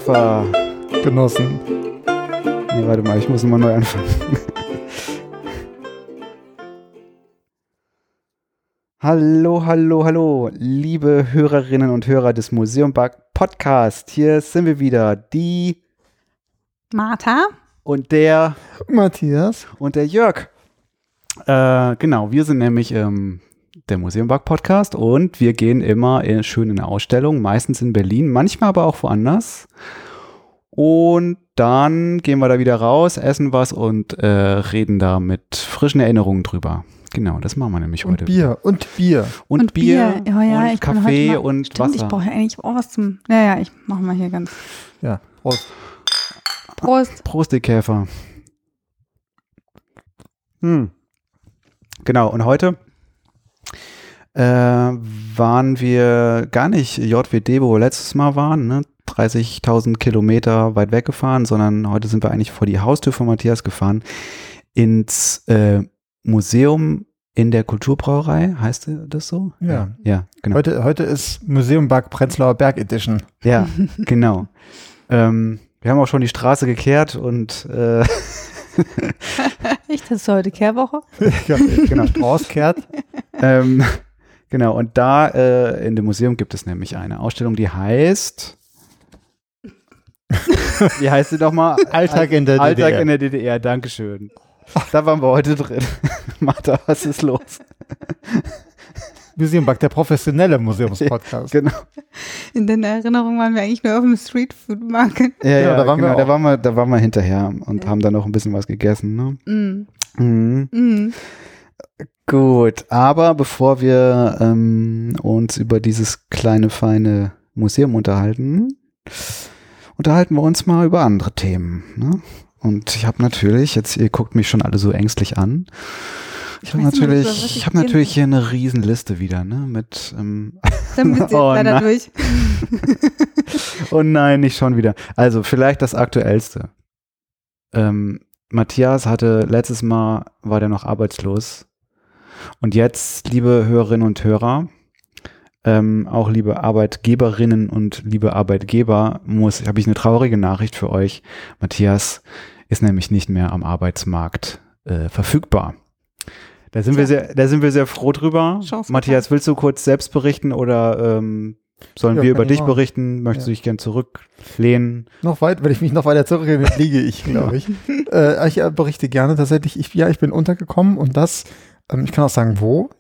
Käfer. Genossen. Nee, warte mal, ich muss nochmal neu anfangen. Hallo, hallo, hallo, liebe Hörerinnen und Hörer des Museum Bug Podcast. Hier sind wir wieder, die Martha und der Matthias und der Jörg. Genau, wir sind nämlich der Museum Bug Podcast und wir gehen immer schön in eine Ausstellung, meistens in Berlin, manchmal aber auch woanders. Und dann gehen wir da wieder raus, essen was und reden da mit frischen Erinnerungen drüber. Genau, das machen wir nämlich heute. Und Bier. Und Bier. Oh, ja, und ich Kaffee mal, und stimmt, Wasser. Ich brauche ja eigentlich auch was zum... Ja, ich mache mal hier ganz... Ja, Prost. Prost. Prost, die Käfer. Genau, und heute waren wir gar nicht JWD, wo wir letztes Mal waren, ne? 30.000 Kilometer weit weggefahren, sondern heute sind wir eigentlich vor die Haustür von Matthias gefahren, ins Museum in der Kulturbrauerei, heißt das so? Ja. Ja, genau. Heute ist Museum Bug Prenzlauer Berg Edition. Ja, genau. Wir haben auch schon die Straße gekehrt und Echt, das ist heute Kehrwoche? Ja, genau, rauskehrt. Genau, und da in dem Museum gibt es nämlich eine Ausstellung, die heißt wie heißt sie nochmal? Alltag in der DDR. Alltag in der DDR, Dankeschön. Da waren wir heute drin. Martha, was ist los? Museum Bug, der professionelle Museumspodcast. Genau. In deiner Erinnerung waren wir eigentlich nur auf dem Streetfood-Market. Ja, da waren wir auch. da waren wir hinterher und haben dann noch ein bisschen was gegessen. Ne? Gut, aber bevor wir uns über dieses kleine, feine Museum unterhalten wir uns mal über andere Themen. Ne? Und ich habe natürlich, jetzt ihr guckt mich schon alle so ängstlich an, ich habe natürlich hier eine Riesenliste wieder, ne? Mit Dann sind wir leider durch. Oh nein, nicht schon wieder. Also vielleicht das Aktuellste. Matthias hatte letztes Mal, war der noch arbeitslos. Und jetzt, liebe Hörerinnen und Hörer, auch liebe Arbeitgeberinnen und liebe Arbeitgeber, habe ich eine traurige Nachricht für euch. Matthias ist nämlich nicht mehr am Arbeitsmarkt verfügbar. Da sind wir sehr froh drüber. Matthias, willst du kurz selbst berichten oder sollen wir über dich berichten? Möchtest du dich gern zurücklehnen? Wenn ich mich noch weiter zurücklehne, liege ich, glaube ich. Ich berichte gerne tatsächlich. Ich bin untergekommen und das, ich kann auch sagen, wo.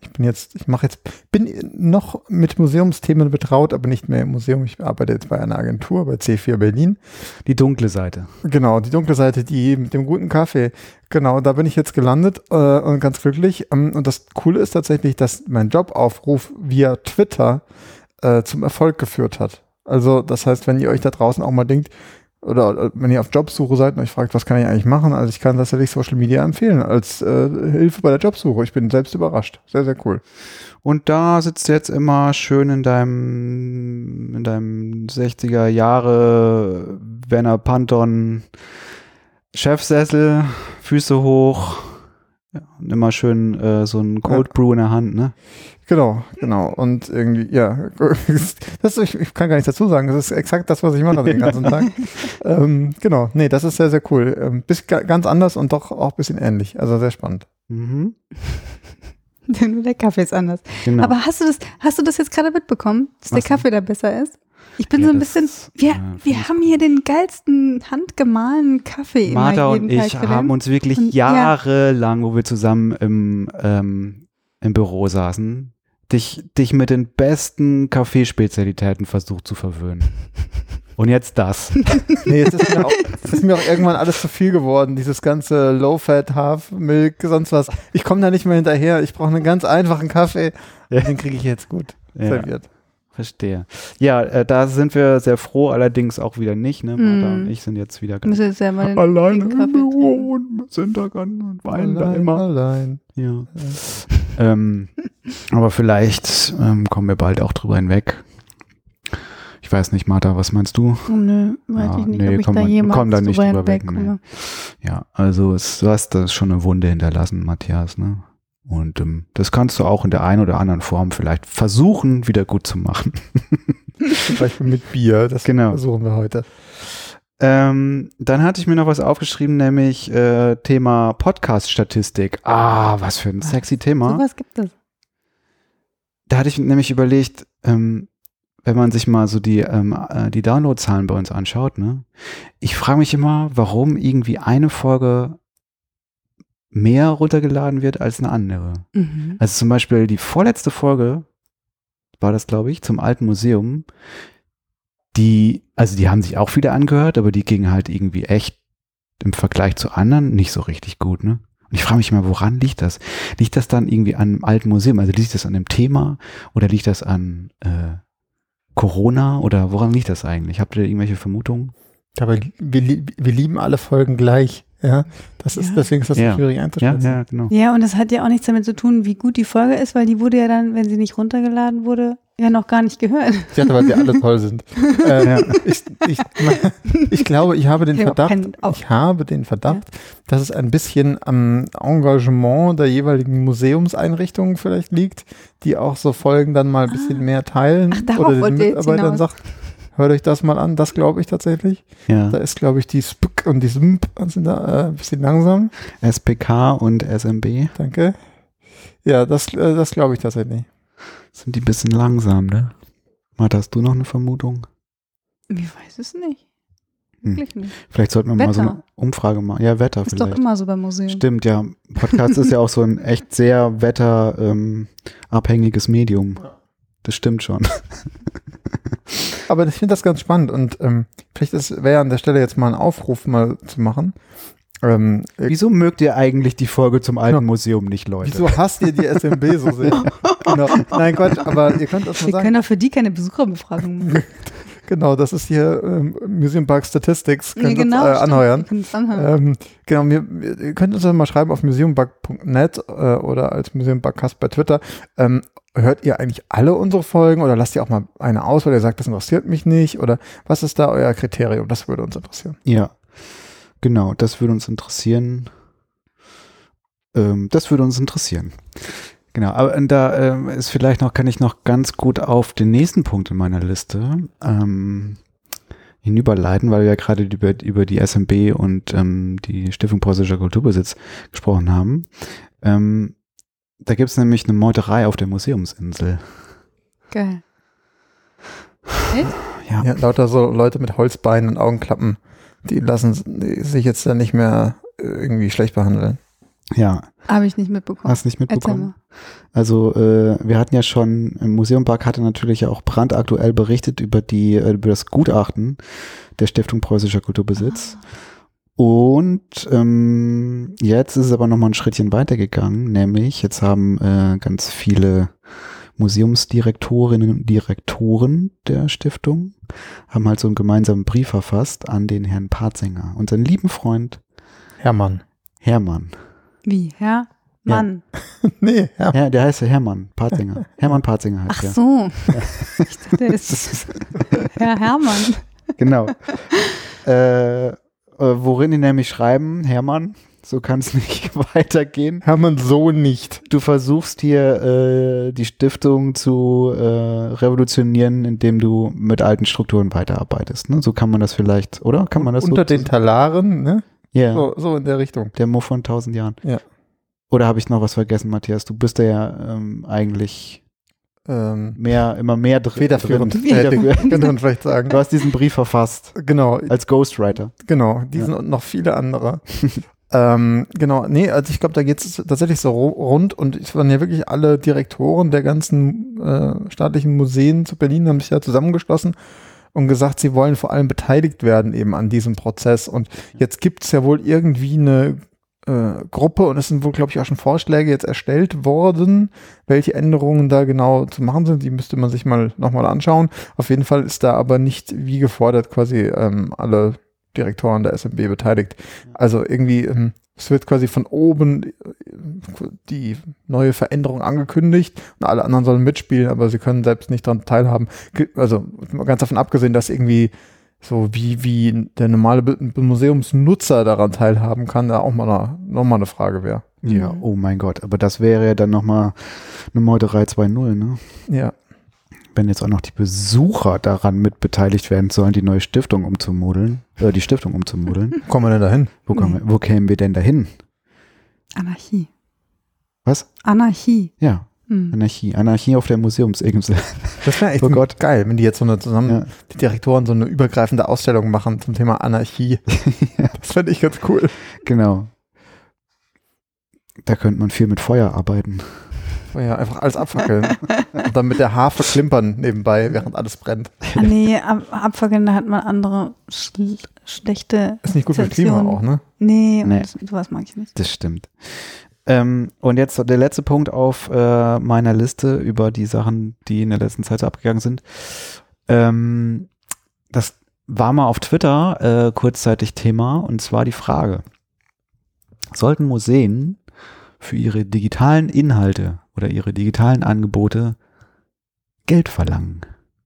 Bin noch mit Museumsthemen betraut, aber nicht mehr im Museum. Ich arbeite jetzt bei einer Agentur, bei C4 Berlin. Die dunkle Seite. Genau, die dunkle Seite, die mit dem guten Kaffee. Genau, da bin ich jetzt gelandet und ganz glücklich. Und das Coole ist tatsächlich, dass mein Jobaufruf via Twitter zum Erfolg geführt hat. Also das heißt, wenn ihr euch da draußen auch mal denkt, oder wenn ihr auf Jobsuche seid und euch fragt, was kann ich eigentlich machen? Also ich kann tatsächlich Social Media empfehlen als Hilfe bei der Jobsuche. Ich bin selbst überrascht. Sehr, sehr cool. Und da sitzt du jetzt immer schön in deinem 60er Jahre Werner Panton Chefsessel, Füße hoch, ja, und immer schön so ein Cold Brew in der Hand, ne? Genau. Und irgendwie, ja, ich kann gar nichts dazu sagen. Das ist exakt das, was ich mache den ganzen Tag. Genau, nee, das ist sehr, sehr cool. Ganz anders und doch auch ein bisschen ähnlich. Also sehr spannend. Nur der Kaffee ist anders. Genau. Aber hast du das jetzt gerade mitbekommen, dass der Kaffee da besser ist? Ich bin Ja, so ein bisschen, wir haben hier den geilsten handgemahlenen Kaffee Martha immer jeden und ich Tag haben uns wirklich jahrelang, wo wir zusammen im Büro saßen, dich mit den besten Kaffeespezialitäten versucht zu verwöhnen. Und jetzt das. Nee, jetzt ist mir auch irgendwann alles zu viel geworden. Dieses ganze Low-Fat, Half-Milk, sonst was. Ich komme da nicht mehr hinterher. Ich brauche einen ganz einfachen Kaffee. Ja. Den kriege ich jetzt gut serviert. Verstehe. Ja, da sind wir sehr froh, allerdings auch wieder nicht. Ne? Martha und ich sind jetzt wieder alleine im Büro und sind da ganz und weinen da immer. Allein. Ja. Aber vielleicht kommen wir bald auch drüber hinweg. Ich weiß nicht, Martha, was meinst du? Oh, nö, weiß ich nicht, ob ich da jemals komm da nicht drüber weg. wegkomme. Nee. Ja, also du hast da schon eine Wunde hinterlassen, Matthias, ne? Und das kannst du auch in der einen oder anderen Form vielleicht versuchen, wieder gut zu machen. Zum Beispiel mit Bier, das genau. versuchen wir heute. Dann hatte ich mir noch was aufgeschrieben, nämlich Thema Podcast-Statistik. Was für ein sexy Thema. So was gibt es. Da hatte ich nämlich überlegt, wenn man sich mal so die Downloadzahlen bei uns anschaut, ne? Ich frage mich immer, warum irgendwie eine Folge mehr runtergeladen wird als eine andere. Mhm. Also zum Beispiel die vorletzte Folge war das, glaube ich, zum Alten Museum. Die haben sich auch viele angehört, aber die gingen halt irgendwie echt im Vergleich zu anderen nicht so richtig gut, ne? Und ich frage mich immer, woran liegt das? Liegt das dann irgendwie an dem Alten Museum? Also liegt das an dem Thema oder liegt das an Corona oder woran liegt das eigentlich? Habt ihr irgendwelche Vermutungen? Aber wir lieben alle Folgen gleich. Ja, deswegen ist das so schwierig einzuschätzen. Ja, genau. Ja, und das hat ja auch nichts damit zu tun, wie gut die Folge ist, weil die wurde ja dann, wenn sie nicht runtergeladen wurde, ja noch gar nicht gehört. Sie hatte, weil sie alle toll sind. Ich glaube, ich habe den Verdacht, dass es ein bisschen am Engagement der jeweiligen Museumseinrichtungen vielleicht liegt, die auch so Folgen dann mal ein bisschen mehr teilen oder den Mitarbeitern sagt, hört euch das mal an, das glaube ich tatsächlich. Ja. Da ist, glaube ich, die SPK und die SMP sind da ein bisschen langsam. SPK und SMB. Danke. Ja, das glaube ich tatsächlich. Sind die ein bisschen langsam, ne? Martha, hast du noch eine Vermutung? Ich weiß es nicht. Wirklich nicht. Vielleicht sollten wir mal so eine Umfrage machen. Ja, Wetter ist vielleicht. Ist doch immer so beim Museum. Stimmt, ja. Podcast ist ja auch so ein echt sehr wetterabhängiges Medium. Das stimmt schon. Aber ich finde das ganz spannend und vielleicht wäre an der Stelle jetzt mal ein Aufruf mal zu machen. Wieso mögt ihr eigentlich die Folge zum Alten Museum nicht, Leute? Wieso hasst ihr die SMB so sehr? Genau. Nein, Quatsch, aber ihr könnt das mal sagen. Wir können auch für die keine Besucherbefragung machen. Genau, das ist hier Museum Park Statistics. Könnt ihr anheuern. Genau, ihr könnt uns dann mal schreiben auf museumbug.net oder als Museumbugcast bei Twitter. Hört ihr eigentlich alle unsere Folgen oder lasst ihr auch mal eine aus, weil ihr sagt, das interessiert mich nicht? Oder was ist da euer Kriterium? Das würde uns interessieren. Ja, genau, das würde uns interessieren. Genau, aber da ist vielleicht noch, kann ich noch ganz gut auf den nächsten Punkt in meiner Liste hinüberleiten, weil wir ja gerade über die SMB und die Stiftung Preußischer Kulturbesitz gesprochen haben. Da gibt es nämlich eine Meuterei auf der Museumsinsel. Geil. Ja, lauter so Leute mit Holzbeinen und Augenklappen, die lassen sich jetzt dann nicht mehr irgendwie schlecht behandeln. Ja. Habe ich nicht mitbekommen. Hast nicht mitbekommen? Also wir hatten ja schon, im Museumpark hatte natürlich auch brandaktuell berichtet über das Gutachten der Stiftung Preußischer Kulturbesitz. Und jetzt ist es aber nochmal ein Schrittchen weitergegangen, nämlich jetzt haben ganz viele Museumsdirektorinnen und Direktoren der Stiftung haben halt so einen gemeinsamen Brief verfasst an den Herrn Patzinger, unseren lieben Freund Hermann. Wie? Hermann? Ja. Nee, Hermann. Ja, der heißt Hermann Patzinger. Hermann Patzinger heißt der. Ach so. Ich dachte, das ist Herr Hermann. Genau. Worin die nämlich schreiben, Hermann, so kann es nicht weitergehen. Hermann, so nicht. Du versuchst hier die Stiftung zu revolutionieren, indem du mit alten Strukturen weiterarbeitest. Ne? So kann man das vielleicht, oder? Kann man das unter den Talaren, ne? Ja. Yeah. So in der Richtung. Der Muff von 1000 Jahren. Ja. Oder habe ich noch was vergessen, Matthias? Du bist ja eigentlich immer mehr drin. Federführend, könnte man vielleicht sagen. Du hast diesen Brief verfasst. Genau. Als Ghostwriter. Genau, diesen und noch viele andere. Genau, nee, also ich glaube, da geht es tatsächlich so rund und es waren ja wirklich alle Direktoren der ganzen staatlichen Museen zu Berlin haben sich ja zusammengeschlossen und gesagt, sie wollen vor allem beteiligt werden eben an diesem Prozess und jetzt gibt es ja wohl irgendwie eine Gruppe und es sind wohl, glaube ich, auch schon Vorschläge jetzt erstellt worden, welche Änderungen da genau zu machen sind. Die müsste man sich nochmal anschauen. Auf jeden Fall ist da aber nicht wie gefordert quasi alle Direktoren der SMB beteiligt. Also irgendwie, es wird quasi von oben die neue Veränderung angekündigt und alle anderen sollen mitspielen, aber sie können selbst nicht daran teilhaben. Also ganz davon abgesehen, dass irgendwie so wie der normale Museumsnutzer daran teilhaben kann, da auch mal nochmal eine Frage wäre. Ja, oh mein Gott, aber das wäre ja dann nochmal eine Meuterei 2.0, ne? Ja. wenn jetzt auch noch die Besucher daran mit beteiligt werden sollen, die neue Stiftung umzumodeln, die Stiftung umzumodeln. Wo kommen wir denn da hin? Wo kämen wir denn dahin? Anarchie. Was? Anarchie. Ja, Anarchie. Anarchie auf der Museumsinsel. Das wäre echt Oh Gott. geil, wenn die jetzt die Direktoren so eine übergreifende Ausstellung machen zum Thema Anarchie. Das fände ich ganz cool. Genau. Da könnte man viel mit Feuer arbeiten. Ja, einfach alles abfackeln. Und dann mit der Harfe klimpern nebenbei, während alles brennt. Ah, nee, abfackeln, da hat man andere schlechte Ist nicht gut für das Klima auch, ne? Nee, Nee. Sowas mag ich nicht. Das stimmt. Und jetzt der letzte Punkt auf meiner Liste über die Sachen, die in der letzten Zeit so abgegangen sind. Das war mal auf Twitter kurzzeitig Thema, und zwar die Frage: Sollten Museen für ihre digitalen Inhalte oder ihre digitalen Angebote Geld verlangen?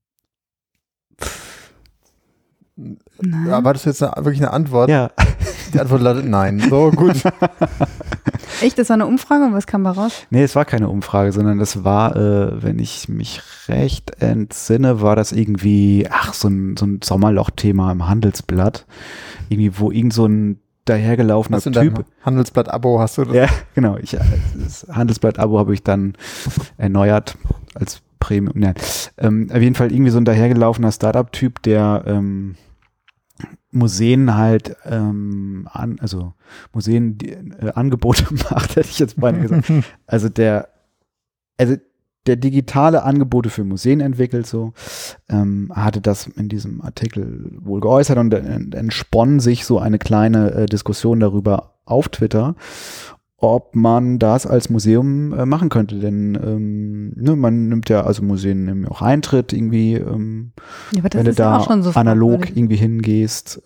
Nein. Erwartest du jetzt wirklich eine Antwort? Ja. Die Antwort lautet nein. So, gut. Echt, das war eine Umfrage und was kam da raus? Nee, es war keine Umfrage, sondern das war, wenn ich mich recht entsinne, war das irgendwie, so ein Sommerloch-Thema im Handelsblatt. Irgendwie, wo irgend so ein dahergelaufener Hast du Typ. dein Handelsblatt-Abo, hast du das? Ja, genau. Das Handelsblatt-Abo habe ich dann erneuert als Premium. Nein. Auf jeden Fall irgendwie so ein dahergelaufener Startup-Typ, der Museen halt, Museen Angebote macht, hätte ich jetzt beinahe gesagt. Also der digitale Angebote für Museen entwickelt, so, hatte das in diesem Artikel wohl geäußert, und entsponnen sich so eine kleine Diskussion darüber auf Twitter, ob man das als Museum machen könnte, denn man nimmt ja, also Museen nehmen ja auch Eintritt irgendwie, Ja, aber das wenn du ist ja da auch schon so analog fragwürdig. irgendwie hingehst,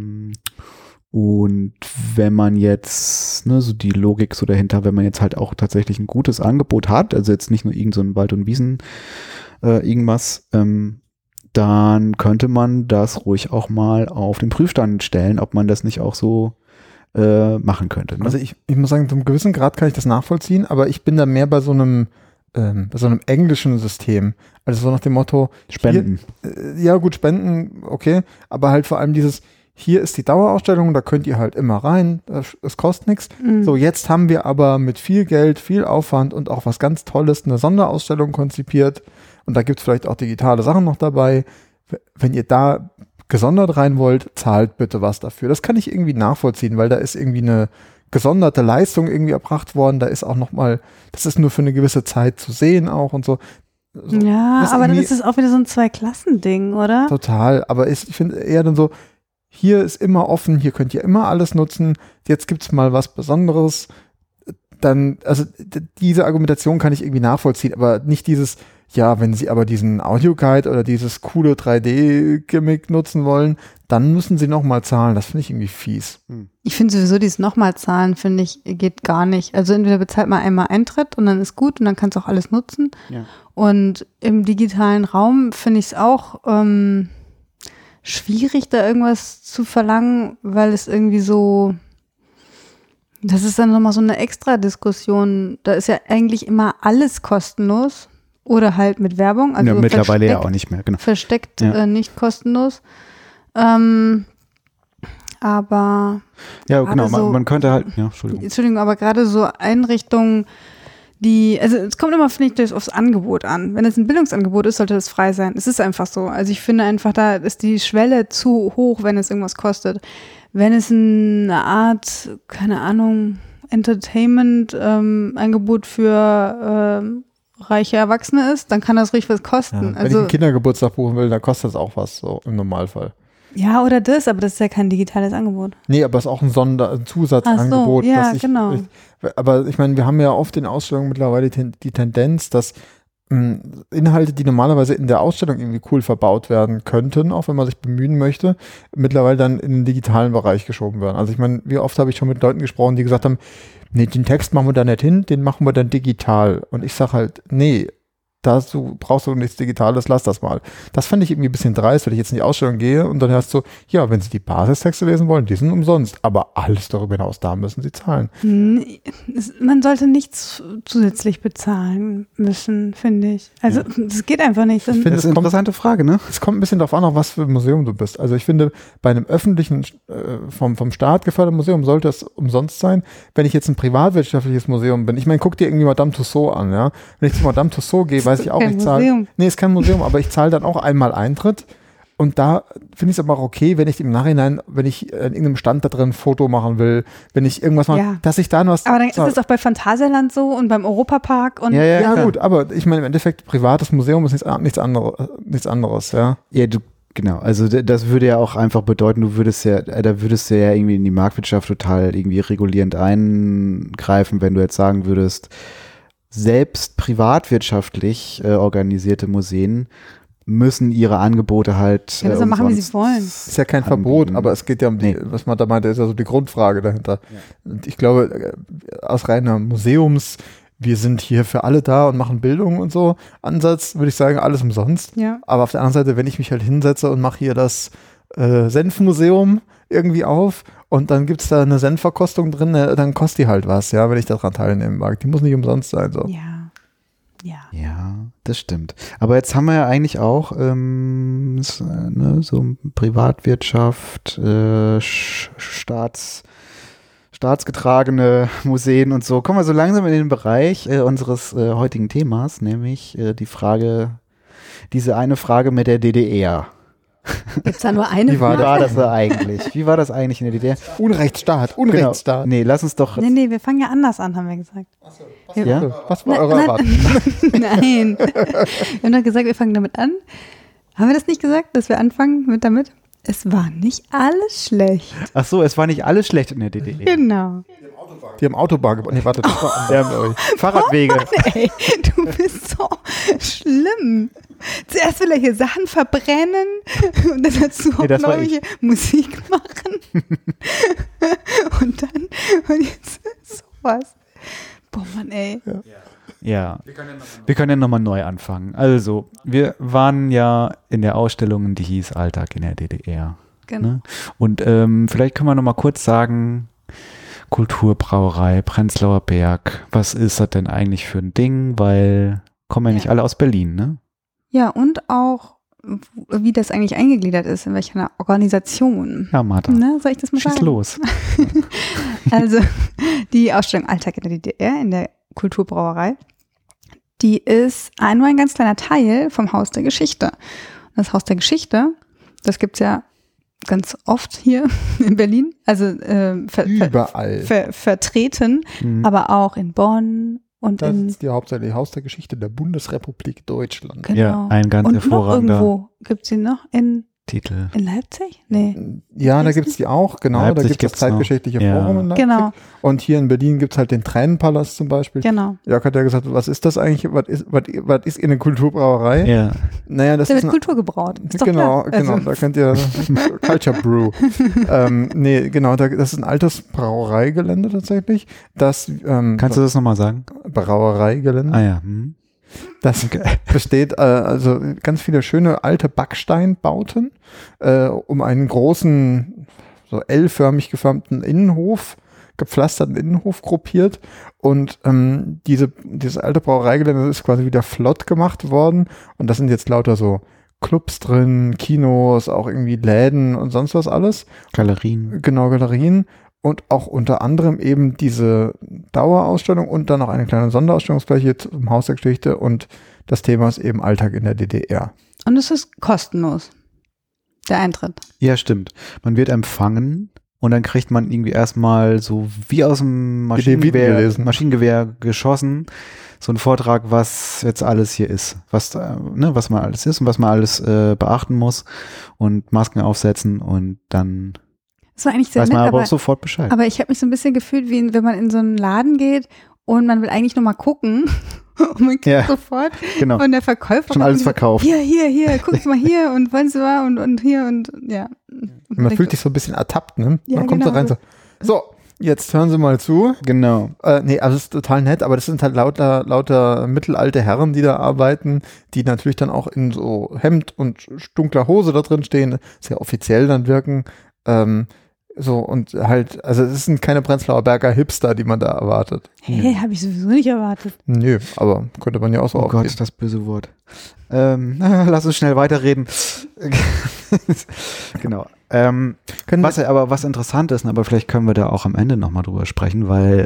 und wenn man jetzt, so die Logik so dahinter, wenn man jetzt halt auch tatsächlich ein gutes Angebot hat, also jetzt nicht nur irgend so ein Wald- und Wiesen irgendwas, dann könnte man das ruhig auch mal auf den Prüfstand stellen, ob man das nicht auch so machen könnte. Ne? Also ich muss sagen, zu einem gewissen Grad kann ich das nachvollziehen, aber ich bin da mehr bei so einem englischen System. Also so nach dem Motto Spenden. Ja gut, Spenden, okay, aber halt vor allem dieses, hier ist die Dauerausstellung, da könnt ihr halt immer rein, es kostet nichts. Mhm. So, jetzt haben wir aber mit viel Geld, viel Aufwand und auch was ganz Tolles eine Sonderausstellung konzipiert, und da gibt es vielleicht auch digitale Sachen noch dabei. Wenn ihr da gesondert rein wollt, zahlt bitte was dafür. Das kann ich irgendwie nachvollziehen, weil da ist irgendwie eine gesonderte Leistung irgendwie erbracht worden, da ist auch nochmal, das ist nur für eine gewisse Zeit zu sehen auch und so. Ja, das aber dann irgendwie- ist es auch wieder so ein Zwei-Klassen-Ding, oder? Total, aber ich finde eher dann so, hier ist immer offen, hier könnt ihr immer alles nutzen, jetzt gibt's mal was Besonderes, dann, also diese Argumentation kann ich irgendwie nachvollziehen, aber nicht dieses, ja, wenn sie aber diesen Audioguide oder dieses coole 3D-Gimmick nutzen wollen, dann müssen sie nochmal zahlen, das finde ich irgendwie fies. Ich finde sowieso, dieses nochmal zahlen, finde ich, geht gar nicht. Also entweder bezahlt man einmal Eintritt und dann ist gut und dann kannst du auch alles nutzen. Ja. Und im digitalen Raum finde ich es auch schwierig, da irgendwas zu verlangen, weil es irgendwie so, das ist dann nochmal so eine Extra-Diskussion. Da ist ja eigentlich immer alles kostenlos oder halt mit Werbung. Also ja, mittlerweile ja versteckt- auch nicht mehr, genau. versteckt Ja. nicht kostenlos. Aber Ja, gerade genau, so- man könnte halt, ja, Entschuldigung. aber gerade so Einrichtungen, also es kommt immer, finde ich, aufs Angebot an. Wenn es ein Bildungsangebot ist, sollte das frei sein. Es ist einfach so. Also ich finde einfach, da ist die Schwelle zu hoch, wenn es irgendwas kostet. Wenn es eine Art, keine Ahnung, Entertainment-Angebot für reiche Erwachsene ist, dann kann das ruhig was kosten. Wenn ich Also einen Kindergeburtstag buchen will, dann kostet das auch was, so im Normalfall. ja, oder das, aber das ist ja kein digitales Angebot. Nee, aber es ist auch ein Zusatzangebot. Ach so, ja, dass genau. Aber ich meine, wir haben ja oft in Ausstellungen mittlerweile die Tendenz, dass Inhalte, die normalerweise in der Ausstellung irgendwie cool verbaut werden könnten, auch wenn man sich bemühen möchte, mittlerweile dann in den digitalen Bereich geschoben werden. Also ich meine, wie oft habe ich schon mit Leuten gesprochen, die gesagt haben, nee, den Text machen wir da nicht hin, den machen wir dann digital. Und ich sage halt, nee, brauchst du nichts Digitales, lass das mal. Das fand ich irgendwie ein bisschen dreist, wenn ich jetzt in die Ausstellung gehe und dann hast du, ja, wenn Sie die Basistexte lesen wollen, die sind umsonst, aber alles darüber hinaus, da müssen Sie zahlen. Man sollte nichts zusätzlich bezahlen müssen, finde ich. Also das geht einfach nicht. Das ist eine interessante Frage, ne? Es kommt ein bisschen darauf an, auf was für ein Museum du bist. Also ich finde, bei einem öffentlichen, vom Staat geförderten Museum sollte es umsonst sein. Wenn ich jetzt ein privatwirtschaftliches Museum bin, ich meine, guck dir irgendwie Madame Tussauds an, ja. Wenn ich zu Madame Tussauds gehe, weiß ich auch, ich zahle. Nee, ist kein Museum, aber ich zahle dann auch einmal Eintritt. Und da finde ich es aber auch okay, wenn ich im Nachhinein, wenn ich in irgendeinem Stand da drin ein Foto machen will, wenn ich irgendwas mache, dass ich da noch was. Aber dann ist es auch bei Phantasialand so und beim Europapark und. Ja, gut, aber ich meine, im Endeffekt, privates Museum ist nichts anderes, ja. Ja, genau, also das würde ja auch einfach bedeuten, da würdest du ja irgendwie in die Marktwirtschaft total irgendwie regulierend eingreifen, wenn du jetzt sagen würdest, selbst privatwirtschaftlich organisierte Museen müssen ihre Angebote halt das machen, wie sie wollen. Ist ja kein Verbot, aber es geht ja um die, was man da meinte, ist ja so die Grundfrage dahinter. Ja. Und ich glaube, aus reiner wir sind hier für alle da und machen Bildung und so, Ansatz, würde ich sagen, alles umsonst. Ja. Aber auf der anderen Seite, wenn ich mich halt hinsetze und mache hier das Senfmuseum irgendwie auf und dann gibt es da eine Senfverkostung drin, dann kostet die halt was, ja, wenn ich daran teilnehmen mag. Die muss nicht umsonst sein. So. Ja, das stimmt. Aber jetzt haben wir ja eigentlich auch so Privatwirtschaft, staatsgetragene Museen und so. Kommen wir so langsam in den Bereich unseres heutigen Themas, nämlich diese eine Frage mit der DDR. Gibt es da nur eine Frage? Wie war das eigentlich in der DDR? Unrechtsstaat. Genau. Nee, lass uns doch... Nee, wir fangen ja anders an, haben wir gesagt. Achso, was war eure Erwartung? Nein. Wir haben doch gesagt, wir fangen damit an. Haben wir das nicht gesagt, dass wir anfangen damit? Es war nicht alles schlecht. Ach so, es war nicht alles schlecht in der DDR. Genau. Die haben Autobahn gebaut. Nee, warte, das war anders. Fahrradwege. Mann, ey, du bist so schlimm. Zuerst will er hier Sachen verbrennen und dann dazu auch noch hier Musik machen. Und jetzt sowas. Boah, Mann, ey. Ja. Wir können ja nochmal neu anfangen. Also, wir waren ja in der Ausstellung, die hieß Alltag in der DDR. Genau. Ne? Und vielleicht können wir nochmal kurz sagen, Kulturbrauerei, Prenzlauer Berg, was ist das denn eigentlich für ein Ding? Weil kommen ja nicht alle aus Berlin, ne? Ja, und auch, wie das eigentlich eingegliedert ist, in welcher Organisation. Ja, Martha. Ne, soll ich das mal sagen? Schieß los. Also, die Ausstellung Alltag in der DDR, in der Kulturbrauerei, die ist nur ein ganz kleiner Teil vom Haus der Geschichte. Das Haus der Geschichte, das gibt es ja ganz oft hier in Berlin, also überall vertreten, aber auch in Bonn. Und das ist ja hauptsächlich Haus der Geschichte der Bundesrepublik Deutschland. Genau. Ja, ein ganz und hervorragender noch irgendwo gibt es sie noch in Titel. In Leipzig? Nee. Ja, da gibt es die auch, genau. Leipzig da gibt es das Zeitgeschichtliche Forum in Leipzig. Genau. Und hier in Berlin gibt es halt den Tränenpalast zum Beispiel. Genau. Jörg hat ja gesagt, was ist das eigentlich? Was ist in der Kulturbrauerei? Ja. Naja, das da ist wird Kultur gebraut. Ist doch genau, klar. genau. Also. Da könnt ihr Culture Brew. Nee, genau. Das ist ein altes Brauereigelände tatsächlich. Kannst du das nochmal sagen? Brauereigelände. Ah ja. Das besteht also ganz viele schöne alte Backsteinbauten um einen großen, so L-förmig geformten Innenhof, gepflasterten Innenhof gruppiert. Und dieses alte Brauereigelände ist quasi wieder flott gemacht worden. Und das sind jetzt lauter so Clubs drin, Kinos, auch irgendwie Läden und sonst was alles. Galerien. Genau, Galerien. Und auch unter anderem eben diese Dauerausstellung und dann noch eine kleine Sonderausstellungsfläche zum Haus der Geschichte. Und das Thema ist eben Alltag in der DDR. Und es ist kostenlos, der Eintritt. Ja, stimmt. Man wird empfangen und dann kriegt man irgendwie erstmal so wie aus dem Maschinengewehr geschossen, so einen Vortrag, was jetzt alles hier ist, was man alles ist und was man alles beachten muss und Masken aufsetzen und dann das war eigentlich sehr weiß man nett, aber auch sofort Bescheid. Aber ich habe mich so ein bisschen gefühlt, wie wenn man in so einen Laden geht und man will eigentlich nur mal gucken und man kriegt sofort von der Verkäuferin schon alles verkauft. Hier, guckst mal hier und wollen Sie mal und hier und ja. Man fühlt sich so ein bisschen ertappt, ne? Ja, man kommt so rein so jetzt hören Sie mal zu. Genau. Nee, also es ist total nett, aber das sind halt lauter mittelalte Herren, die da arbeiten, die natürlich dann auch in so Hemd und dunkler Hose da drin stehen, sehr offiziell dann wirken. So und halt, also es sind keine Prenzlauer Berger Hipster, die man da erwartet. Hey, habe ich sowieso nicht erwartet. Nö, aber könnte man ja auch so Oh aufgehen. Gott, das böse Wort. Lass uns schnell weiterreden. Genau. Was interessant ist, aber vielleicht können wir da auch am Ende nochmal drüber sprechen, weil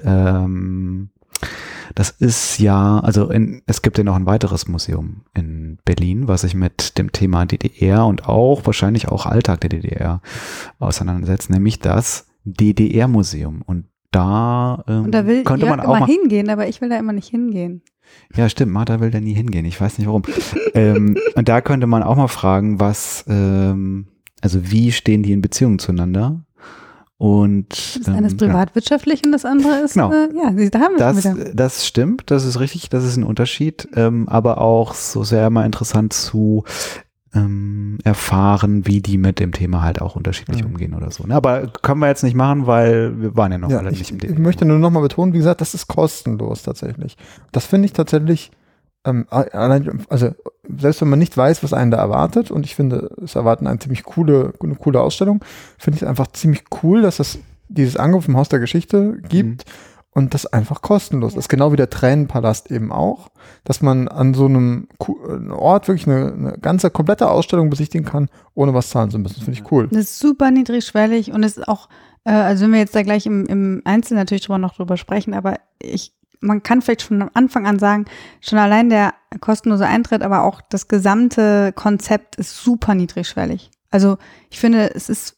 das ist ja, also es gibt ja noch ein weiteres Museum in Berlin, was sich mit dem Thema DDR und auch wahrscheinlich auch Alltag der DDR auseinandersetzt, nämlich das DDR-Museum. Und da, Und da will könnte man Jörg auch immer mal hingehen, aber ich will da immer nicht hingehen. Ja, stimmt, Martha will da nie hingehen. Ich weiß nicht warum. Und da könnte man auch mal fragen, also wie stehen die in Beziehung zueinander? Und Das eine ist privatwirtschaftlich und das andere ist, Genau. da haben wir es wieder. Das stimmt, das ist richtig, das ist ein Unterschied, aber auch so sehr mal interessant zu erfahren, wie die mit dem Thema halt auch unterschiedlich umgehen oder so. Ne? Aber können wir jetzt nicht machen, weil wir waren ja noch alle nicht im DDR. Ich möchte nur nochmal betonen, wie gesagt, das ist kostenlos tatsächlich. Das finde ich tatsächlich, also selbst wenn man nicht weiß, was einen da erwartet, und ich finde, es erwarten eine coole Ausstellung, finde ich es einfach ziemlich cool, dass es dieses Angebot vom Haus der Geschichte gibt und das einfach kostenlos ist. Genau wie der Tränenpalast eben auch, dass man an so einem Ort wirklich eine ganze komplette Ausstellung besichtigen kann, ohne was zahlen zu müssen. Das finde ich cool. Das ist super niedrigschwellig und es ist auch, also wenn wir jetzt da gleich im Einzelnen natürlich drüber sprechen, aber man kann vielleicht schon am Anfang an sagen, schon allein der kostenlose Eintritt, aber auch das gesamte Konzept ist super niedrigschwellig. Also ich finde, es ist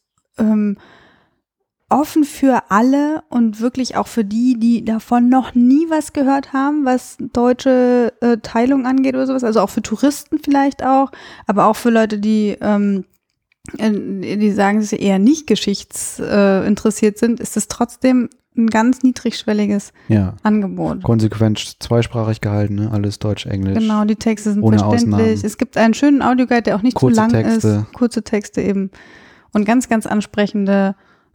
offen für alle und wirklich auch für die davon noch nie was gehört haben, was deutsche Teilung angeht oder sowas. Also auch für Touristen vielleicht auch, aber auch für Leute, die sagen, dass sie eher nicht geschichtsinteressiert sind, ist es trotzdem ein ganz niedrigschwelliges Angebot. Konsequent zweisprachig gehalten, ne? Alles Deutsch, Englisch. Genau, die Texte sind ohne verständlich. Ausnahmen. Es gibt einen schönen Audioguide, der auch nicht Kurze zu lang Texte. ist. Kurze Texte eben. Und ganz, ganz ansprechende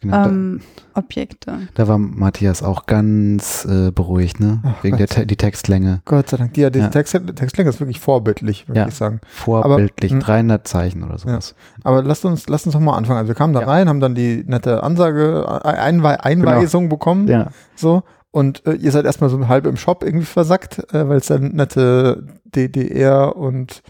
Objekte. Da war Matthias auch ganz beruhigt, ne? Wegen die Textlänge. Gott sei Dank. Die Textlänge ist wirklich vorbildlich, würde ich sagen. Vorbildlich, 300 Zeichen oder sowas. Ja. Aber lasst uns doch mal anfangen. Also wir kamen da rein, haben dann die nette Ansage, Einweisung bekommen. Ja. So. Und ihr seid erstmal so halb im Shop irgendwie versackt, weil es dann nette DDR und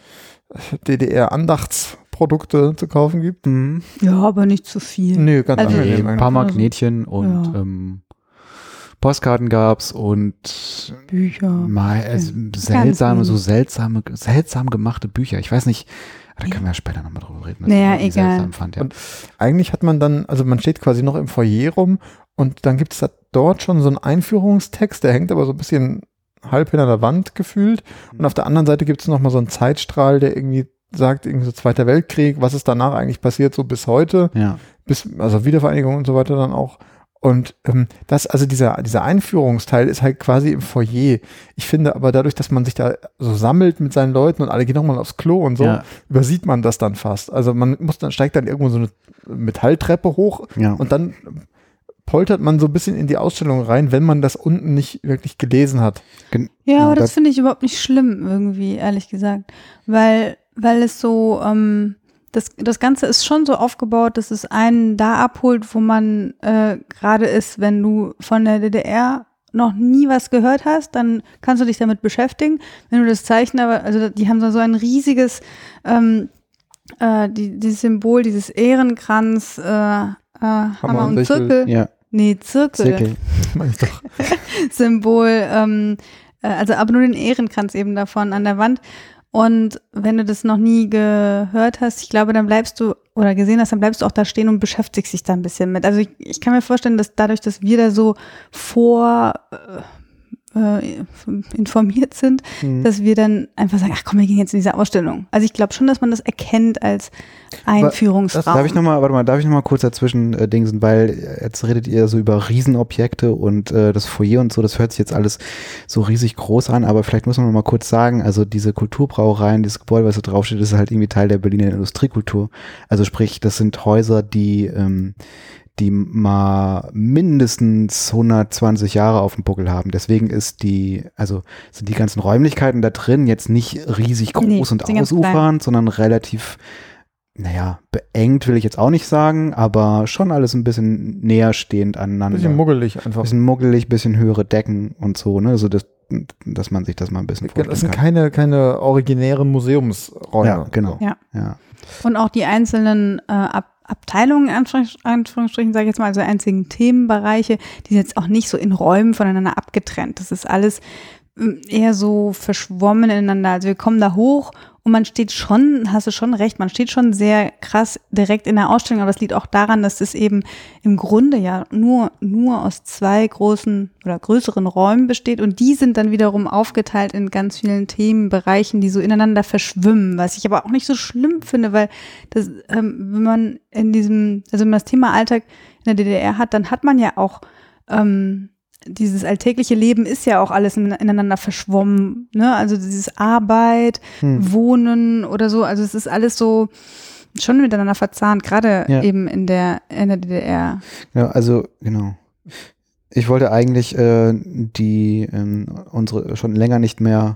DDR-Andachtsprodukte zu kaufen gibt. Ja, aber nicht zu viel. Nö, ganz angenehm. Ein paar Magnetchen und Postkarten gab's und Bücher. Seltsam gemachte Bücher. Ich weiß nicht, da können wir ja später nochmal drüber reden. Naja, egal. Fand, Und eigentlich hat man dann, also man steht quasi noch im Foyer rum und dann gibt es da dort schon so einen Einführungstext, der hängt aber so ein bisschen halb hinter der Wand gefühlt. Und auf der anderen Seite gibt es nochmal so einen Zeitstrahl, der irgendwie sagt, irgendwie so Zweiter Weltkrieg, was ist danach eigentlich passiert, so bis heute, also Wiedervereinigung und so weiter dann auch. Und dieser Einführungsteil ist halt quasi im Foyer. Ich finde aber dadurch, dass man sich da so sammelt mit seinen Leuten und alle gehen nochmal aufs Klo und so, übersieht man das dann fast. Also steigt dann irgendwo so eine Metalltreppe hoch und dann poltert man so ein bisschen in die Ausstellung rein, wenn man das unten nicht wirklich gelesen hat. Ja, aber das finde ich überhaupt nicht schlimm irgendwie, ehrlich gesagt. Weil es so, das Ganze ist schon so aufgebaut, dass es einen da abholt, wo man gerade ist, wenn du von der DDR noch nie was gehört hast, dann kannst du dich damit beschäftigen. Wenn du das Zeichen also die haben so ein riesiges, dieses Symbol, dieses Ehrenkranz, Hammer und Zirkel. Ja. Nee, Zirkel. Mach ich doch. Symbol, aber nur den Ehrenkranz eben davon an der Wand. Und wenn du das noch nie gehört hast, ich glaube, dann bleibst du, oder gesehen hast, dann bleibst du auch da stehen und beschäftigst dich da ein bisschen mit. Also ich kann mir vorstellen, dass dadurch, dass wir da so informiert sind, dass wir dann einfach sagen, ach komm, wir gehen jetzt in diese Ausstellung. Also ich glaube schon, dass man das erkennt als Einführungsraum. Darf ich noch mal kurz dazwischen dingsen, weil jetzt redet ihr so über Riesenobjekte und das Foyer und so, das hört sich jetzt alles so riesig groß an, aber vielleicht muss man noch mal kurz sagen, also diese Kulturbrauereien, dieses Gebäude, was da draufsteht, ist halt irgendwie Teil der Berliner Industriekultur. Also sprich, das sind Häuser, die die mal mindestens 120 Jahre auf dem Buckel haben. Deswegen sind die ganzen Räumlichkeiten da drin jetzt nicht riesig groß und ausufernd, sondern relativ, beengt will ich jetzt auch nicht sagen, aber schon alles ein bisschen näher stehend aneinander. Bisschen muggelig einfach. Bisschen muggelig, bisschen höhere Decken und so, ne? Also dass man sich das mal ein bisschen vorstellen kann. Das kann. sind keine originären Museumsräume. Ja, genau. Ja. Und auch die einzelnen Abteilungen, Anführungsstrichen, sage ich jetzt mal, also einzigen Themenbereiche, die sind jetzt auch nicht so in Räumen voneinander abgetrennt. Das ist alles eher so verschwommen ineinander. Also wir kommen da hoch und man steht schon, hast du schon recht, man steht schon sehr krass direkt in der Ausstellung, aber es liegt auch daran, dass das eben im Grunde ja nur aus 2 großen oder größeren Räumen besteht und die sind dann wiederum aufgeteilt in ganz vielen Themenbereichen, die so ineinander verschwimmen, was ich aber auch nicht so schlimm finde, weil das, wenn man wenn man das Thema Alltag in der DDR hat, dann hat man ja auch dieses alltägliche Leben ist ja auch alles ineinander verschwommen, ne? Also dieses Arbeit, Wohnen oder so, also es ist alles so schon miteinander verzahnt, gerade eben in der DDR. Ja, also genau. Ich wollte eigentlich unsere schon länger nicht mehr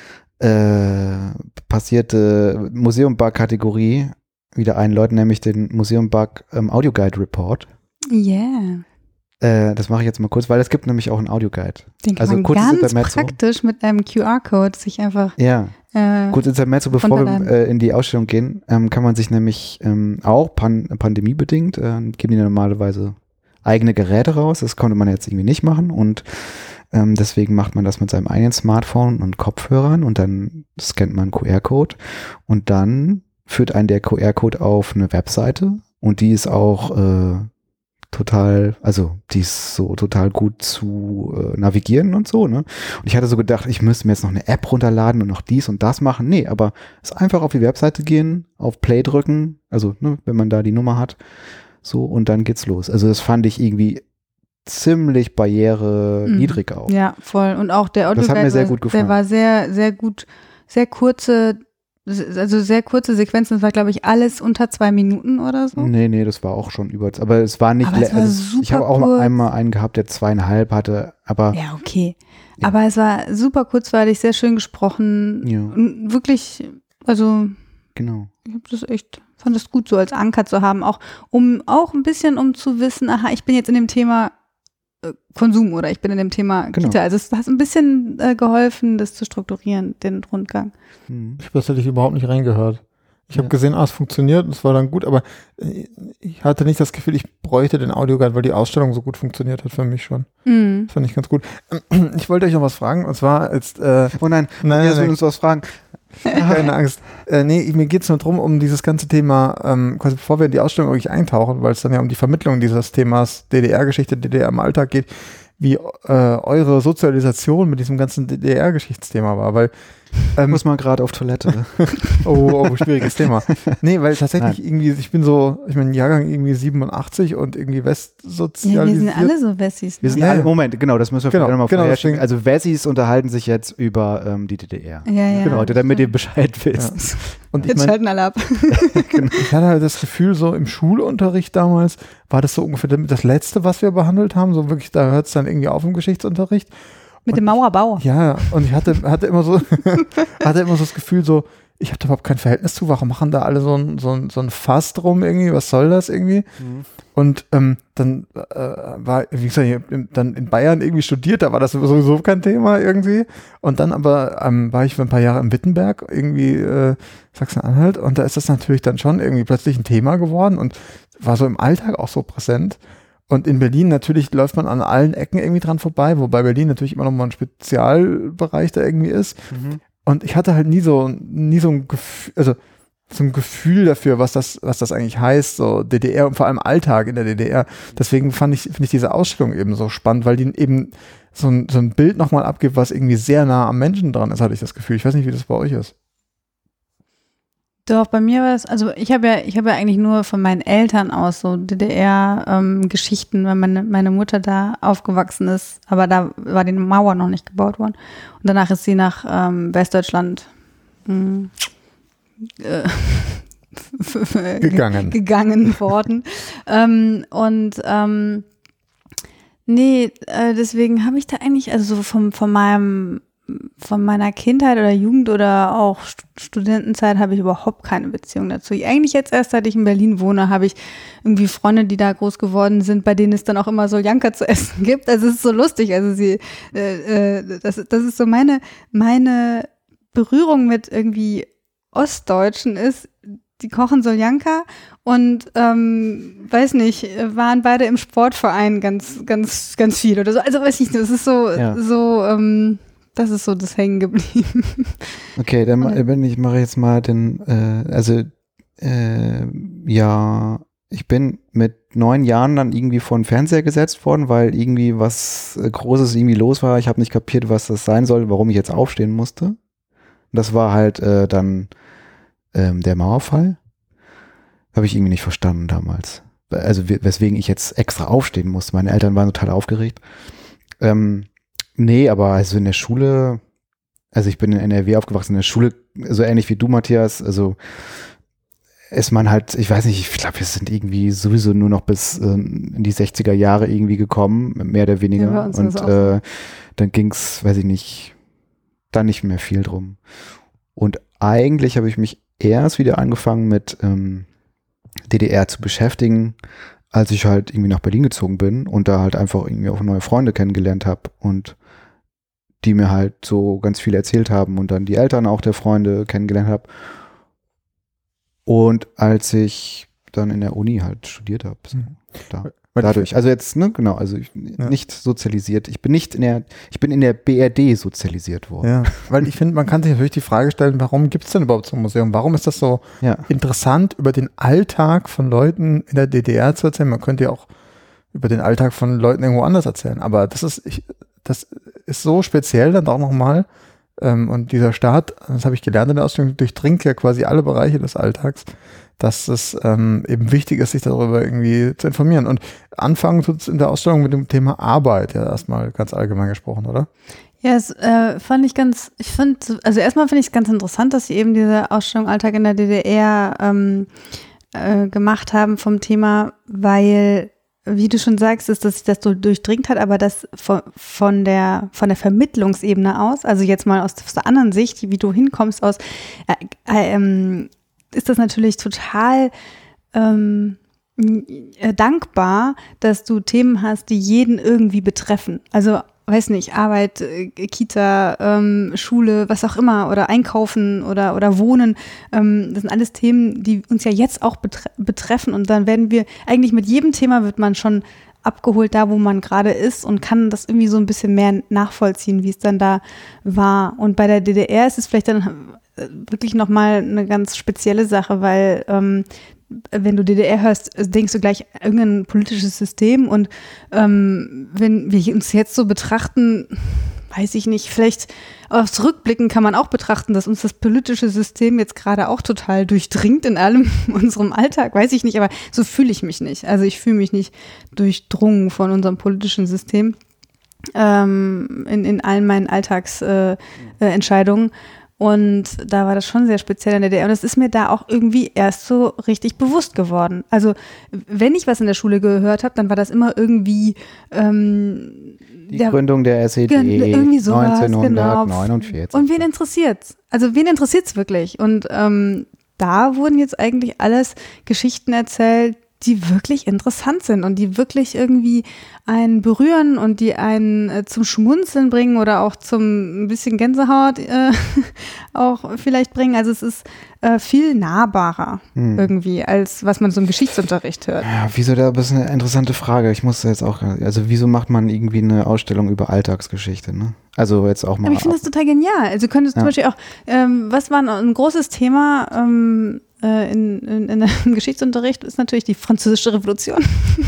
passierte Museum-Bug-Kategorie wieder einläuten, nämlich den Museum-Bug Audio-Guide Report. Yeah. Das mache ich jetzt mal kurz, weil es gibt nämlich auch einen Audioguide. Den kann man ganz praktisch mit einem QR-Code sich einfach kurz Intermezzo, bevor wir in die Ausstellung gehen, kann man sich nämlich auch pandemiebedingt, geben die normalerweise eigene Geräte raus. Das konnte man jetzt irgendwie nicht machen und deswegen macht man das mit seinem eigenen Smartphone und Kopfhörern und dann scannt man einen QR-Code und dann führt einen der QR-Code auf eine Webseite und die ist auch die ist so total gut zu navigieren und so, ne? Und ich hatte so gedacht, ich müsste mir jetzt noch eine App runterladen und noch dies und das machen. Nee, aber es einfach auf die Webseite gehen, auf Play drücken, also ne, wenn man da die Nummer hat, so und dann geht's los. Also das fand ich irgendwie ziemlich barriereniedrig auch. Ja, voll. Und auch der Audioguide, das hat mir sehr gut gefallen. Der war sehr, sehr gut, sehr kurze Sequenzen, das war, glaube ich, alles unter 2 Minuten oder so. Nee, das war auch schon aber es war nicht, ich habe auch kurz. einmal einen gehabt, der 2,5 hatte, aber. Ja, okay. Ja. Aber es war super kurzweilig, sehr schön gesprochen. Ja. Und wirklich, also. Genau. Ich fand es gut, so als Anker zu haben, auch ein bisschen, um zu wissen, aha, ich bin jetzt in dem Thema Konsum oder ich bin in dem Thema Kita. Also es hat ein bisschen geholfen, das zu strukturieren, den Rundgang. Ich habe tatsächlich überhaupt nicht reingehört. Ich habe gesehen, es funktioniert, es war dann gut, aber ich hatte nicht das Gefühl, ich bräuchte den Audioguide, weil die Ausstellung so gut funktioniert hat für mich schon. Das fand ich ganz gut. Ich wollte euch noch was fragen, und zwar jetzt oh nein, jetzt will uns was fragen. Keine Angst. Mir geht es nur darum, um dieses ganze Thema, quasi bevor wir in die Ausstellung wirklich eintauchen, weil es dann ja um die Vermittlung dieses Themas DDR-Geschichte, DDR im Alltag geht, wie eure Sozialisation mit diesem ganzen DDR-Geschichtsthema war, weil ich muss mal gerade auf Toilette. oh, schwieriges Thema. Nee, weil tatsächlich irgendwie, ich bin Jahrgang irgendwie 87 und irgendwie westsozialisiert. Ja, wir sind alle so Wessis. Wir sind alle, Moment, genau, das müssen wir vielleicht nochmal vorherstellen. Deswegen. Also Wessis unterhalten sich jetzt über die DDR. Ja. Genau, damit ihr Bescheid wisst. Ja. Und jetzt schalten alle ab. Ich hatte halt das Gefühl, so im Schulunterricht damals war das so ungefähr das Letzte, was wir behandelt haben. So wirklich, da hört es dann irgendwie auf im Geschichtsunterricht. Mit dem Mauerbau. Ja, und ich hatte immer so das Gefühl, so, ich habe da überhaupt kein Verhältnis zu, warum machen da alle so ein Fass drum irgendwie, was soll das irgendwie? Und dann war, wie gesagt, dann in Bayern irgendwie studiert, da war das sowieso kein Thema irgendwie. Und dann aber war ich für ein paar Jahre in Wittenberg, irgendwie Sachsen-Anhalt, und da ist das natürlich dann schon irgendwie plötzlich ein Thema geworden und war so im Alltag auch so präsent. Und in Berlin natürlich läuft man an allen Ecken irgendwie dran vorbei, wobei Berlin natürlich immer noch mal ein Spezialbereich da irgendwie ist. Und ich hatte halt nie so ein Gefühl, also so ein Gefühl dafür, was das eigentlich heißt, so DDR und vor allem Alltag in der DDR. Deswegen finde ich diese Ausstellung eben so spannend, weil die eben so ein Bild nochmal abgibt, was irgendwie sehr nah am Menschen dran ist, hatte ich das Gefühl. Ich weiß nicht, wie das bei euch ist. Doch, bei mir war es, also ich habe ja eigentlich nur von meinen Eltern aus so DDR-Geschichten, weil meine Mutter da aufgewachsen ist, aber da war die Mauer noch nicht gebaut worden. Und danach ist sie nach Westdeutschland gegangen worden. Deswegen habe ich da eigentlich, also so von meiner Kindheit oder Jugend oder auch Studentenzeit habe ich überhaupt keine Beziehung dazu. Eigentlich jetzt erst, seit ich in Berlin wohne, habe ich irgendwie Freunde, die da groß geworden sind, bei denen es dann auch immer Soljanka zu essen gibt. Also es ist so lustig. Also das ist so meine Berührung mit irgendwie Ostdeutschen ist, die kochen Soljanka und weiß nicht, waren beide im Sportverein ganz, ganz, ganz viel oder so. Also weiß ich nicht, das ist das ist so das hängen geblieben. Okay, dann mache jetzt mal ich bin mit 9 Jahren dann irgendwie vor den Fernseher gesetzt worden, weil irgendwie was Großes irgendwie los war. Ich habe nicht kapiert, was das sein soll, warum ich jetzt aufstehen musste. Das war halt dann der Mauerfall. Habe ich irgendwie nicht verstanden damals. Also weswegen ich jetzt extra aufstehen musste. Meine Eltern waren total aufgeregt. Nee, aber also in der Schule, also ich bin in NRW aufgewachsen, in der Schule, so ähnlich wie du, Matthias, also ist man halt, ich weiß nicht, ich glaube, wir sind irgendwie sowieso nur noch bis in die 60er Jahre irgendwie gekommen, mehr oder weniger. Ja, und dann ging's, weiß ich nicht, da nicht mehr viel drum. Und eigentlich habe ich mich erst wieder angefangen mit DDR zu beschäftigen, als ich halt irgendwie nach Berlin gezogen bin und da halt einfach irgendwie auch neue Freunde kennengelernt habe und die mir halt so ganz viel erzählt haben und dann die Eltern auch der Freunde kennengelernt habe. Und als ich dann in der Uni halt studiert habe, dadurch. Also jetzt, ne, genau, also nicht sozialisiert. Ich bin in der BRD sozialisiert worden. Ja, weil ich finde, man kann sich natürlich die Frage stellen, warum gibt es denn überhaupt so ein Museum? Warum ist das so interessant, über den Alltag von Leuten in der DDR zu erzählen? Man könnte ja auch über den Alltag von Leuten irgendwo anders erzählen. Aber das ist so speziell dann auch nochmal. Und dieser Staat, das habe ich gelernt in der Ausbildung, durchdringt ja quasi alle Bereiche des Alltags, dass es eben wichtig ist, sich darüber irgendwie zu informieren. Und anfangen tut es in der Ausstellung mit dem Thema Arbeit, ja erstmal ganz allgemein gesprochen, oder? Ja, das fand ich erstmal finde ich es ganz interessant, dass sie eben diese Ausstellung Alltag in der DDR gemacht haben vom Thema, weil, wie du schon sagst, ist, dass sich das so durchdringt hat, aber das von der Vermittlungsebene aus, also jetzt mal aus der anderen Sicht, wie du hinkommst ist das natürlich total dankbar, dass du Themen hast, die jeden irgendwie betreffen. Also, weiß nicht, Arbeit, Kita, Schule, was auch immer, oder Einkaufen oder Wohnen. Das sind alles Themen, die uns ja jetzt auch betreffen. Und dann werden wir, eigentlich mit jedem Thema wird man schon abgeholt da, wo man gerade ist und kann das irgendwie so ein bisschen mehr nachvollziehen, wie es dann da war. Und bei der DDR ist es vielleicht dann wirklich nochmal eine ganz spezielle Sache, weil wenn du DDR hörst, denkst du gleich irgendein politisches System und wenn wir uns jetzt so betrachten, weiß ich nicht, vielleicht aufs Rückblicken kann man auch betrachten, dass uns das politische System jetzt gerade auch total durchdringt in allem unserem Alltag, weiß ich nicht, aber so fühle ich mich nicht. Also ich fühle mich nicht durchdrungen von unserem politischen System in allen meinen Alltagsentscheidungen. Und da war das schon sehr speziell in der DDR. Und das ist mir da auch irgendwie erst so richtig bewusst geworden. Also wenn ich was in der Schule gehört habe, dann war das immer irgendwie die Gründung der SED irgendwie sowas, 1949. Genau. Und wen interessiert's? Also wen interessiert's wirklich? Und da wurden jetzt eigentlich alles Geschichten erzählt, die wirklich interessant sind und die wirklich irgendwie einen berühren und die einen zum Schmunzeln bringen oder auch zum ein bisschen Gänsehaut auch vielleicht bringen. Also es ist viel nahbarer irgendwie, als was man so im Geschichtsunterricht hört. Ja, wieso, da ist eine interessante Frage. Ich muss jetzt auch, also wieso macht man irgendwie eine Ausstellung über Alltagsgeschichte, ne? Also jetzt auch mal. Aber ich finde das total genial. Also du könntest zum Beispiel auch, was war ein großes Thema in einem Geschichtsunterricht, ist natürlich die Französische Revolution.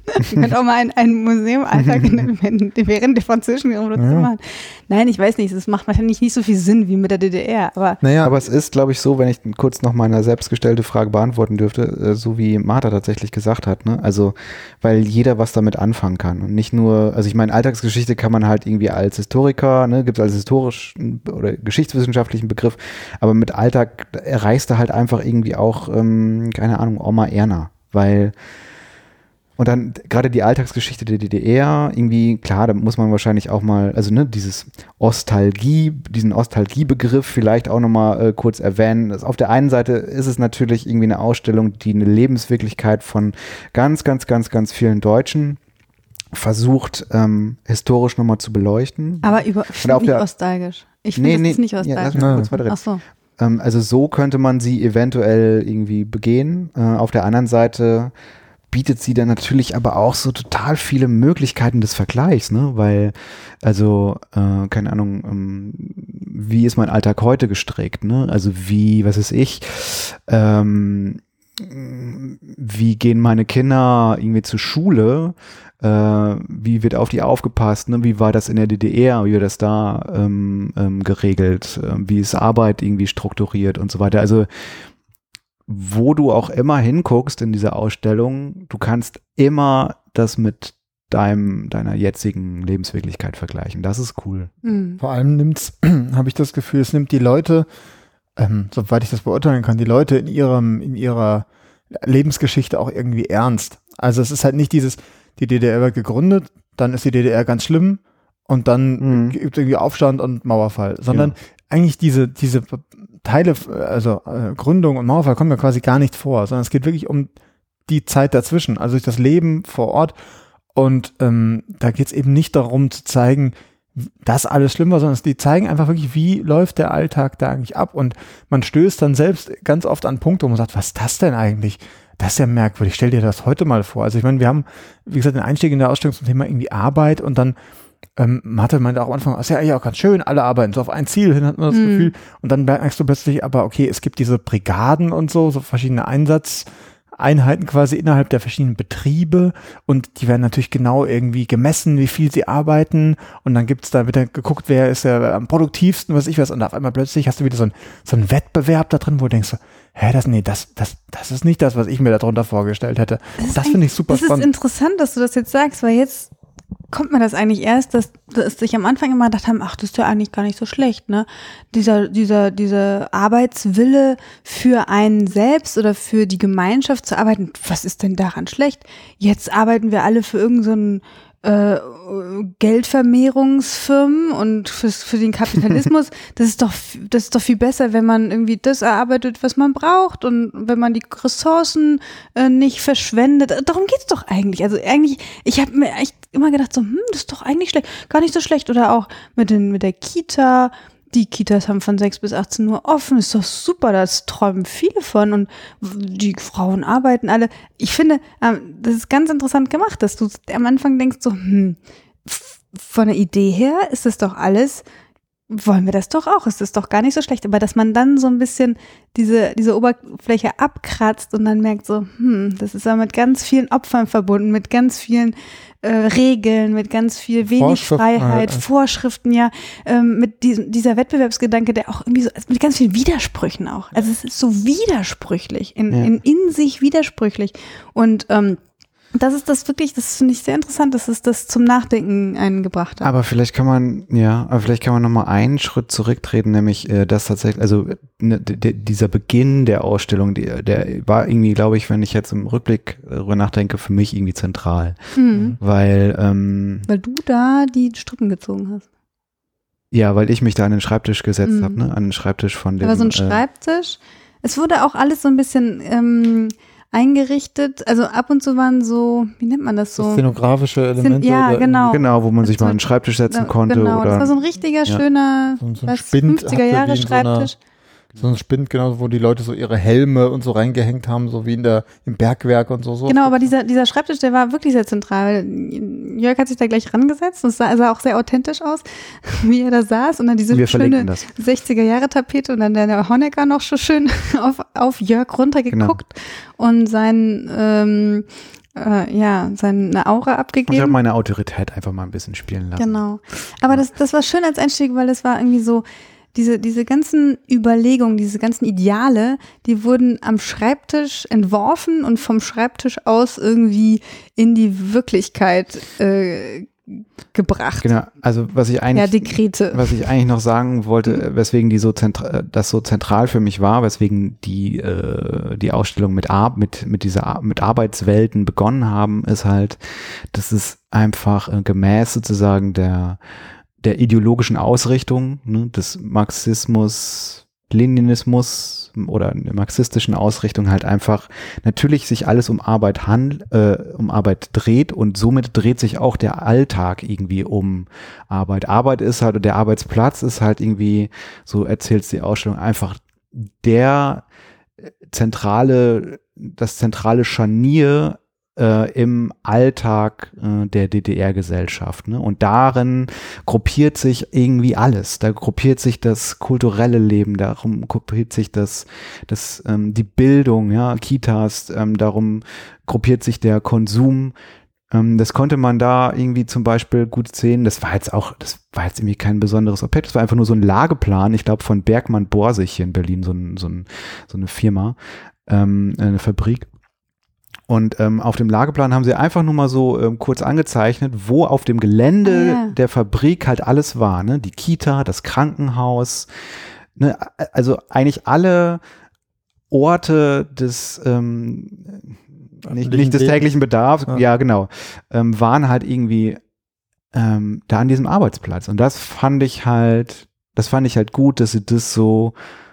Ich könnte auch mal ein Museum Alltag während der französischen Revolution machen. Nein, ich weiß nicht, es macht wahrscheinlich nicht so viel Sinn wie mit der DDR. Aber es ist, glaube ich, so, wenn ich kurz noch meine selbstgestellte Frage beantworten dürfte, so wie Martha tatsächlich gesagt hat, ne? Also, weil jeder was damit anfangen kann und nicht nur, also ich meine, Alltagsgeschichte kann man halt irgendwie als Historiker, ne, gibt es als historischen oder geschichtswissenschaftlichen Begriff, aber mit Alltag erreichst du halt einfach irgendwie auch, keine Ahnung, Oma Erna, weil und dann gerade die Alltagsgeschichte der DDR, irgendwie, klar, da muss man wahrscheinlich auch mal, also ne, diesen Ostalgie-Begriff vielleicht auch nochmal kurz erwähnen. Auf der einen Seite ist es natürlich irgendwie eine Ausstellung, die eine Lebenswirklichkeit von ganz, ganz, ganz, ganz vielen Deutschen versucht, historisch nochmal zu beleuchten. Aber ich finde nicht nostalgisch. Ich finde, das ist nicht nostalgisch. Ja, lass mich kurz weiterreden. Ach so. Also so könnte man sie eventuell irgendwie begehen. Auf der anderen Seite bietet sie dann natürlich aber auch so total viele Möglichkeiten des Vergleichs, ne? Weil, also, keine Ahnung, wie ist mein Alltag heute gestrickt, ne? Also wie, was weiß ich, wie gehen meine Kinder irgendwie zur Schule, wie wird auf die aufgepasst, ne? Wie war das in der DDR, wie wird das da geregelt, wie ist Arbeit irgendwie strukturiert und so weiter. Also wo du auch immer hinguckst in dieser Ausstellung, du kannst immer das mit deiner jetzigen Lebenswirklichkeit vergleichen. Das ist cool. Mhm. Vor allem habe ich das Gefühl, es nimmt die Leute, soweit ich das beurteilen kann, die Leute in ihrer Lebensgeschichte auch irgendwie ernst. Also es ist halt nicht die DDR wird gegründet, dann ist die DDR ganz schlimm und dann gibt es irgendwie Aufstand und Mauerfall, sondern eigentlich diese Teile, also Gründung und Mauerfall kommen ja quasi gar nicht vor, sondern es geht wirklich um die Zeit dazwischen, also durch das Leben vor Ort. Und da geht es eben nicht darum zu zeigen, dass alles schlimm war, sondern die zeigen einfach wirklich, wie läuft der Alltag da eigentlich ab. Und man stößt dann selbst ganz oft an Punkte, wo man sagt, was ist das denn eigentlich? Das ist ja merkwürdig, stell dir das heute mal vor. Also ich meine, wir haben, wie gesagt, den Einstieg in der Ausstellung zum Thema irgendwie Arbeit und dann Mathe meinte auch am Anfang, ist ja eigentlich auch ganz schön, alle arbeiten so auf ein Ziel hin, hat man das Gefühl. Und dann merkst du plötzlich, aber okay, es gibt diese Brigaden und so verschiedene Einsatzeinheiten quasi innerhalb der verschiedenen Betriebe und die werden natürlich genau irgendwie gemessen, wie viel sie arbeiten und dann wird dann geguckt, wer ist ja am produktivsten, was ich weiß und auf einmal plötzlich hast du wieder so einen Wettbewerb da drin, wo du denkst so, das ist nicht das, was ich mir darunter vorgestellt hätte. Das finde ich super spannend. Das ist interessant, dass du das jetzt sagst, weil jetzt kommt mir das eigentlich erst, dass ich am Anfang immer gedacht habe, ach, das ist ja eigentlich gar nicht so schlecht, ne? Dieser Arbeitswille für einen selbst oder für die Gemeinschaft zu arbeiten, was ist denn daran schlecht? Jetzt arbeiten wir alle für irgendeinen Geldvermehrungsfirmen und für den Kapitalismus. Das ist doch viel besser, wenn man irgendwie das erarbeitet, was man braucht und wenn man die Ressourcen nicht verschwendet. Darum geht's doch eigentlich. Also eigentlich, ich habe mir echt immer gedacht so, das ist doch eigentlich schlecht, gar nicht so schlecht. Oder auch mit der Kita. Die Kitas haben von 6 bis 18 Uhr offen, ist doch super, da träumen viele von und die Frauen arbeiten alle. Ich finde, das ist ganz interessant gemacht, dass du am Anfang denkst so, von der Idee her ist das doch alles, wollen wir das doch auch, ist das doch gar nicht so schlecht, aber dass man dann so ein bisschen diese Oberfläche abkratzt und dann merkt so, das ist ja mit ganz vielen Opfern verbunden, mit ganz vielen Regeln, mit ganz viel wenig Freiheit, Vorschriften, mit dieser Wettbewerbsgedanke, der auch irgendwie so, mit ganz vielen Widersprüchen auch. Also es ist so widersprüchlich, in sich widersprüchlich. Und das ist das wirklich, das finde ich sehr interessant, dass es das zum Nachdenken einen gebracht hat. Aber vielleicht kann man nochmal einen Schritt zurücktreten, nämlich das tatsächlich, also dieser Beginn der Ausstellung, der war irgendwie, glaube ich, wenn ich jetzt im Rückblick darüber nachdenke, für mich irgendwie zentral. Weil du da die Strippen gezogen hast. Ja, weil ich mich da an den Schreibtisch gesetzt habe, ne? An den Schreibtisch von dem. Aber so ein Schreibtisch, es wurde auch alles so ein bisschen eingerichtet, also ab und zu waren so, wie nennt man das so? Szenografische Elemente. Genau. Genau, wo man sich mal an den Schreibtisch setzen konnte. Genau, oder, das war so ein richtiger, schöner so ein Spind 50er-Jahre Schreibtisch. So ein Spind, genau, wo die Leute so ihre Helme und so reingehängt haben, so wie im Bergwerk und so. Genau, aber dieser Schreibtisch, der war wirklich sehr zentral. Jörg hat sich da gleich rangesetzt und es sah auch sehr authentisch aus, wie er da saß und dann diese schöne 60er-Jahre-Tapete und dann der Honecker noch so schön auf Jörg runtergeguckt und sein seine Aura Und ich habe abgegeben. meine Autorität einfach mal ein bisschen spielen lassen. Genau. Aber das war schön als Einstieg, weil es war irgendwie so, diese ganzen Überlegungen, diese ganzen Ideale, die wurden am Schreibtisch entworfen und vom Schreibtisch aus irgendwie in die Wirklichkeit gebracht. Genau, also was ich Dekrete. noch sagen wollte, weswegen das so zentral für mich war, weswegen die Ausstellung mit Arbeitswelten begonnen haben, ist halt, dass es einfach gemäß sozusagen der ideologischen Ausrichtung, ne, des Marxismus, Leninismus oder der marxistischen Ausrichtung halt einfach natürlich sich alles um Arbeit dreht und somit dreht sich auch der Alltag irgendwie um Arbeit. Arbeit ist halt, und der Arbeitsplatz ist halt irgendwie, so erzählt die Ausstellung, einfach das zentrale Scharnier im Alltag der DDR-Gesellschaft. Ne? Und darin gruppiert sich irgendwie alles. Da gruppiert sich das kulturelle Leben, darum gruppiert sich die Bildung, ja, Kitas, darum gruppiert sich der Konsum. Das konnte man da irgendwie zum Beispiel gut sehen. Das war jetzt irgendwie kein besonderes Objekt. Das war einfach nur so ein Lageplan, ich glaube von Bergmann Borsig hier in Berlin, so eine Firma, eine Fabrik. Und auf dem Lageplan haben sie einfach nur mal so kurz angezeichnet, wo auf dem Gelände der Fabrik halt alles war. Ne? Die Kita, das Krankenhaus, ne? Also eigentlich alle Orte des nicht des täglichen Bedarfs, ja genau, waren halt irgendwie da an diesem Arbeitsplatz. Und das fand ich halt gut, dass sie das so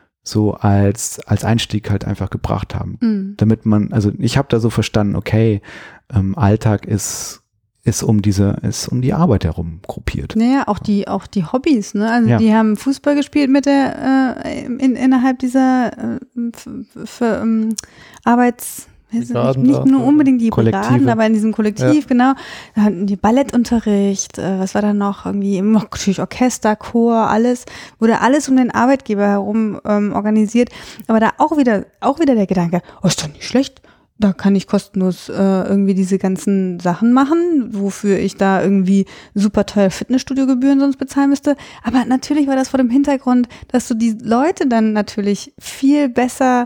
als Einstieg halt einfach gebracht haben. Damit also ich habe da so verstanden, okay, Alltag ist um die Arbeit herum gruppiert. Naja, auch die Hobbys, ne? Also die haben Fußball gespielt innerhalb dieser nicht nur unbedingt die Brigaden, aber in diesem Kollektiv, genau. Da hatten die Ballettunterricht, was war da noch? Irgendwie natürlich Orchester, Chor, alles. Wurde alles um den Arbeitgeber herum organisiert. Aber da auch wieder der Gedanke, ist doch nicht schlecht. Da kann ich kostenlos irgendwie diese ganzen Sachen machen, wofür ich da irgendwie super teuer Fitnessstudio-Gebühren sonst bezahlen müsste. Aber natürlich war das vor dem Hintergrund, dass du die Leute dann natürlich viel besser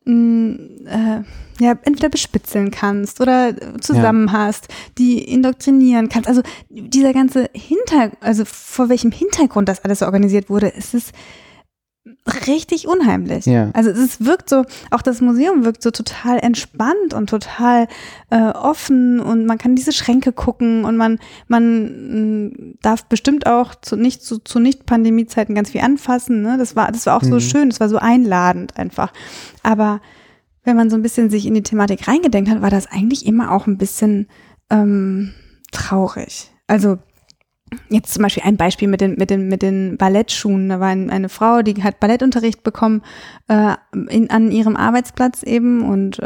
entweder bespitzeln kannst oder zusammen hast, die indoktrinieren kannst. Also dieser ganze also vor welchem Hintergrund das alles so organisiert wurde, ist es richtig unheimlich. Ja. Also es wirkt so, auch das Museum wirkt so total entspannt und total offen und man kann diese Schränke gucken und man darf bestimmt auch zu Nicht-Pandemie-Zeiten ganz viel anfassen. Ne? Das war auch so schön, das war so einladend einfach. Aber wenn man so ein bisschen sich in die Thematik reingedenkt hat, war das eigentlich immer auch ein bisschen traurig. Also jetzt zum Beispiel ein Beispiel mit den Ballettschuhen. Da war eine Frau, die hat Ballettunterricht bekommen an ihrem Arbeitsplatz eben und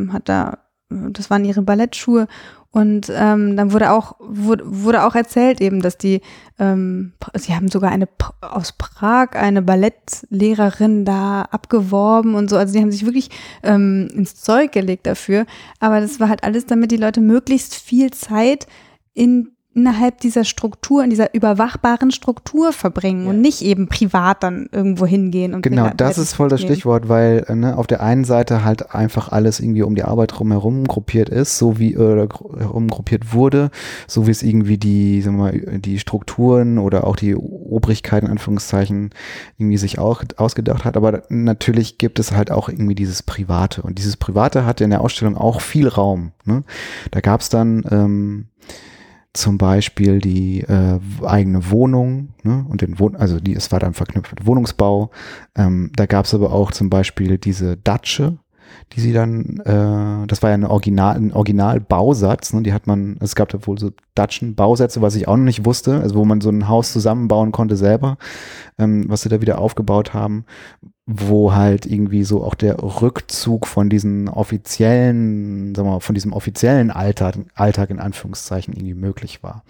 das waren ihre Ballettschuhe. Und dann wurde auch erzählt eben, dass sie haben sogar aus Prag eine Ballettlehrerin da abgeworben und so. Also die haben sich wirklich ins Zeug gelegt dafür. Aber das war halt alles, damit die Leute möglichst viel Zeit innerhalb dieser Struktur, in dieser überwachbaren Struktur verbringen und nicht eben privat dann irgendwo hingehen. Und genau, das ist voll das Stichwort, weil auf der einen Seite halt einfach alles irgendwie um die Arbeit drumherum gruppiert ist, gruppiert wurde, so wie es irgendwie die Strukturen oder auch die Obrigkeit in Anführungszeichen irgendwie sich auch ausgedacht hat, aber natürlich gibt es halt auch irgendwie dieses Private und dieses Private hatte in der Ausstellung auch viel Raum. Ne? Da gab es dann zum Beispiel die eigene Wohnung, ne? Und es war dann verknüpft mit Wohnungsbau. Da gab es aber auch zum Beispiel diese Datsche, die sie dann, das war ja ein Originalbausatz, ne? Es gab da wohl so Datschen-Bausätze, was ich auch noch nicht wusste, also wo man so ein Haus zusammenbauen konnte selber, was sie da wieder aufgebaut haben, wo halt irgendwie so auch der Rückzug von diesen offiziellen, von diesem offiziellen Alltag in Anführungszeichen irgendwie möglich war.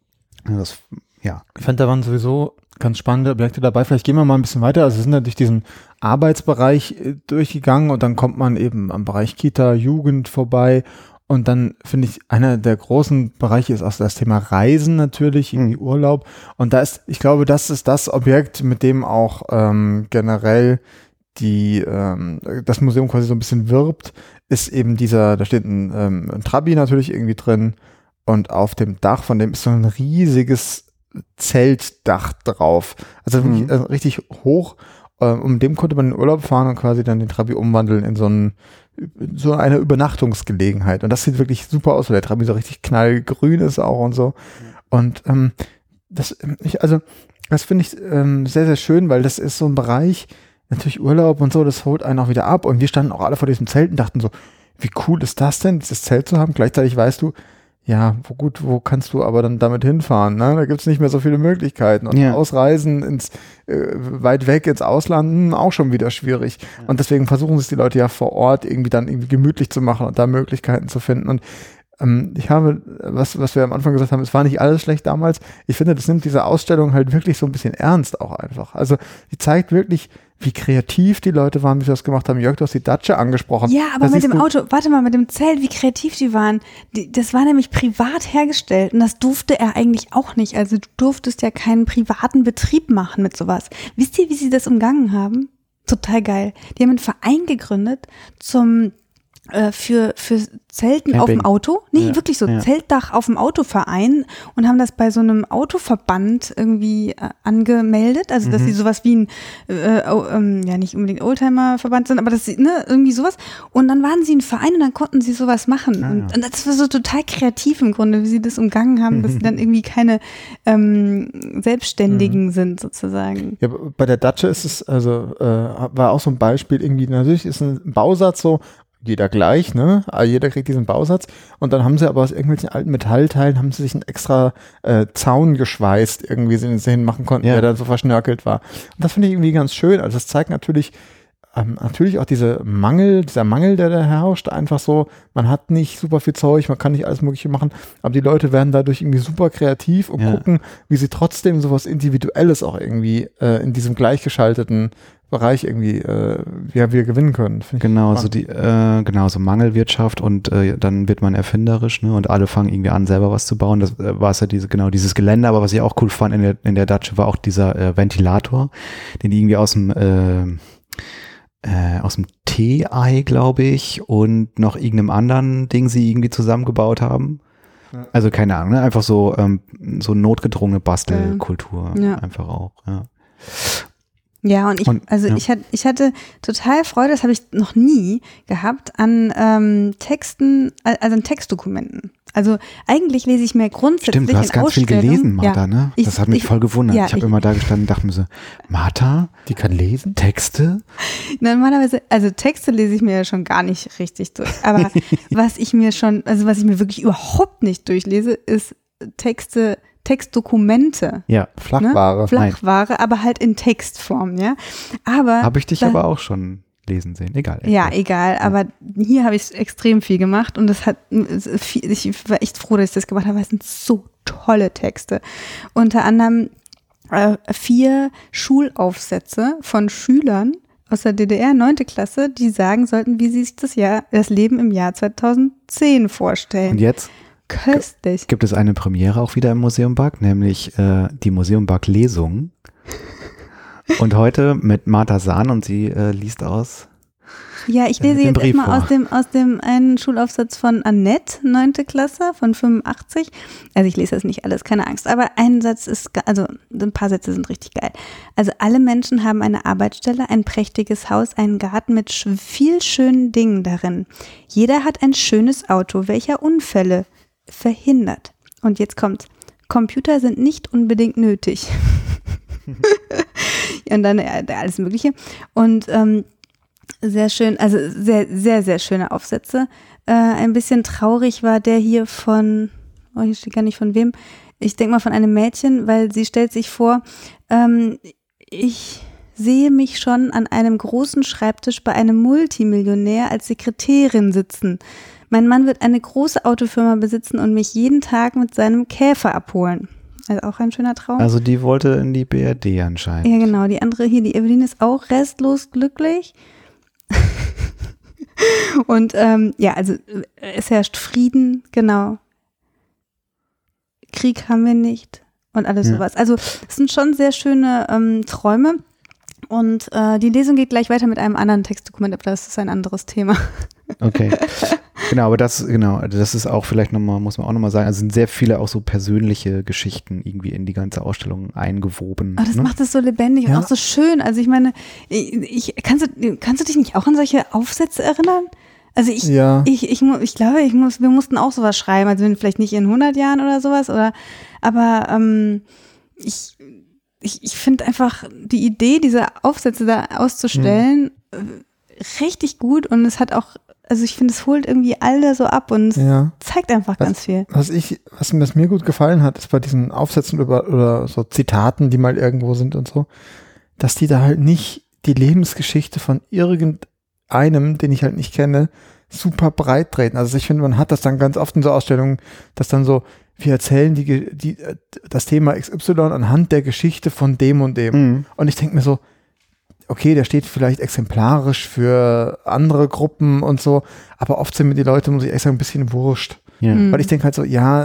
Ich fand, da waren sowieso ganz spannende Objekte dabei. Vielleicht gehen wir mal ein bisschen weiter. Also wir sind ja durch diesen Arbeitsbereich durchgegangen und dann kommt man eben am Bereich Kita, Jugend vorbei Und dann finde ich, einer der großen Bereiche ist auch das Thema Reisen natürlich, irgendwie Urlaub. Und ich glaube, das ist das Objekt, mit dem auch generell das Museum quasi so ein bisschen wirbt, ist eben da steht ein Trabi natürlich irgendwie drin und auf dem Dach von dem ist so ein riesiges Zeltdach drauf. Also wirklich richtig hoch. Um dem konnte man in den Urlaub fahren und quasi dann den Trabi umwandeln in so eine Übernachtungsgelegenheit. Und das sieht wirklich super aus, weil der Trabi so richtig knallgrün ist auch und so. Und das finde ich sehr, sehr schön, weil das ist so ein Bereich, natürlich Urlaub und so, das holt einen auch wieder ab. Und wir standen auch alle vor diesem Zelt und dachten so, wie cool ist das denn, dieses Zelt zu haben? Gleichzeitig weißt du, ja, wo kannst du aber dann damit hinfahren? Ne? Da gibt es nicht mehr so viele Möglichkeiten. Und Ausreisen weit weg ins Ausland, auch schon wieder schwierig. Ja. Und deswegen versuchen es die Leute ja vor Ort irgendwie gemütlich zu machen und da Möglichkeiten zu finden. Und ich habe, was wir am Anfang gesagt haben, es war nicht alles schlecht damals. Ich finde, das nimmt diese Ausstellung halt wirklich so ein bisschen ernst auch einfach. Also die zeigt wirklich, wie kreativ die Leute waren, wie sie das gemacht haben. Jörg, du hast die Datsche angesprochen. Ja, aber mit dem Auto, warte mal, mit dem Zelt, wie kreativ die waren. Das war nämlich privat hergestellt und das durfte er eigentlich auch nicht. Also du durftest ja keinen privaten Betrieb machen mit sowas. Wisst ihr, wie sie das umgangen haben? Total geil. Die haben einen Verein gegründet für Zelten Camping. auf dem Auto. Nee, Ja, wirklich so ja. Zeltdach auf dem Autoverein und haben das bei so einem Autoverband irgendwie angemeldet. Also, dass sie sowas wie ja, nicht unbedingt Oldtimer-Verband sind, aber dass sie, irgendwie sowas. Und dann waren sie ein Verein und dann konnten sie sowas machen. Ah, und das war so total kreativ im Grunde, wie sie das umgangen haben, dass sie dann irgendwie keine Selbstständigen sind, sozusagen. Ja, bei der Datsche ist es, war auch so ein Beispiel irgendwie, natürlich ist ein Bausatz so, jeder gleich, ne? Jeder kriegt diesen Bausatz und dann haben sie aber aus irgendwelchen alten Metallteilen haben sie sich einen extra Zaun geschweißt, irgendwie, den sie hinmachen konnten, der dann so verschnörkelt war. Und das finde ich irgendwie ganz schön. Also das zeigt natürlich auch dieser Mangel, der da herrscht, einfach so, man hat nicht super viel Zeug, man kann nicht alles Mögliche machen, aber die Leute werden dadurch irgendwie super kreativ und gucken, wie sie trotzdem sowas Individuelles auch irgendwie in diesem gleichgeschalteten Bereich irgendwie wieder gewinnen können. Genau, so Mangelwirtschaft und dann wird man erfinderisch, ne? Und alle fangen irgendwie an, selber was zu bauen. Das war es ja dieses Gelände, aber was ich auch cool fand in der Datsche war auch dieser Ventilator, den die irgendwie aus dem Tee-Ei, glaube ich, und noch irgendeinem anderen Ding sie irgendwie zusammengebaut haben. Ja. Also keine Ahnung, ne? Einfach so notgedrungene Bastelkultur einfach auch, ja. Ja, und ich hatte total Freude, das habe ich noch nie gehabt, an Texten, also an Textdokumenten. Also eigentlich lese ich mir grundsätzlich Stimmt, du hast ganz viel gelesen, Martha, ne? Das hat mich voll gewundert. Ja, ich habe immer da gestanden und dachte mir so, Martha, die kann lesen? Texte? Normalerweise, also Texte lese ich mir ja schon gar nicht richtig durch. Aber was ich mir wirklich überhaupt nicht durchlese, ist Textdokumente. Ja, Flachware. Ne? Flachware, aber halt in Textform, ja. Aber habe ich dich aber auch schon lesen sehen. Egal. Ja, egal. Aber hier habe ich extrem viel gemacht und ich war echt froh, dass ich das gemacht habe, weil es sind so tolle Texte. Unter anderem 4 Schulaufsätze von Schülern aus der DDR, 9. Klasse, die sagen sollten, wie sie sich das Leben im Jahr 2010 vorstellen. Und jetzt? Köstlich. Gibt es eine Premiere auch wieder im Museum Bug, nämlich die Museum Bug Lesung. Und heute mit Martha Sahn und sie liest aus. Ja, ich lese jetzt erstmal aus dem einen Schulaufsatz von Annette, 9. Klasse von 85. Also ich lese das nicht alles, keine Angst. Aber ein paar Sätze sind richtig geil. Also alle Menschen haben eine Arbeitsstelle, ein prächtiges Haus, einen Garten mit viel schönen Dingen darin. Jeder hat ein schönes Auto, welcher Unfälle verhindert. Und jetzt kommt's. Computer sind nicht unbedingt nötig. Und dann alles Mögliche. Und sehr schön, also sehr, sehr, sehr schöne Aufsätze. Ein bisschen traurig war der hier hier steht gar nicht von wem. Ich denke mal von einem Mädchen, weil sie stellt sich vor, ich sehe mich schon an einem großen Schreibtisch bei einem Multimillionär als Sekretärin sitzen. Mein Mann wird eine große Autofirma besitzen und mich jeden Tag mit seinem Käfer abholen. Also auch ein schöner Traum. Also die wollte in die BRD anscheinend. Ja, genau. Die andere hier, die Evelyn, ist auch restlos glücklich. Und also es herrscht Frieden, genau. Krieg haben wir nicht und alles sowas. Also es sind schon sehr schöne Träume. Und die Lesung geht gleich weiter mit einem anderen Textdokument, aber das ist ein anderes Thema. Okay. Genau, aber das ist auch vielleicht nochmal, muss man auch nochmal sagen, also sind sehr viele auch so persönliche Geschichten irgendwie in die ganze Ausstellung eingewoben. Aber das macht es so lebendig und auch so schön. Also ich meine, kannst du dich nicht auch an solche Aufsätze erinnern? Also ich glaube, wir mussten auch sowas schreiben, also vielleicht nicht in 100 Jahren oder sowas, aber ich finde einfach die Idee, diese Aufsätze da auszustellen, richtig gut und es hat auch, also ich finde, es holt irgendwie alle so ab und es zeigt einfach ganz viel. Was mir gut gefallen hat, ist bei diesen Aufsätzen oder so Zitaten, die mal irgendwo sind und so, dass die da halt nicht die Lebensgeschichte von irgendeinem, den ich halt nicht kenne, super breit treten. Also ich finde, man hat das dann ganz oft in so Ausstellungen, dass dann so, wir erzählen das Thema XY anhand der Geschichte von dem und dem. Mhm. Und ich denke mir so, okay, der steht vielleicht exemplarisch für andere Gruppen und so, aber oft sind mir die Leute, muss ich echt sagen, ein bisschen wurscht. Ja. Weil ich denke halt so,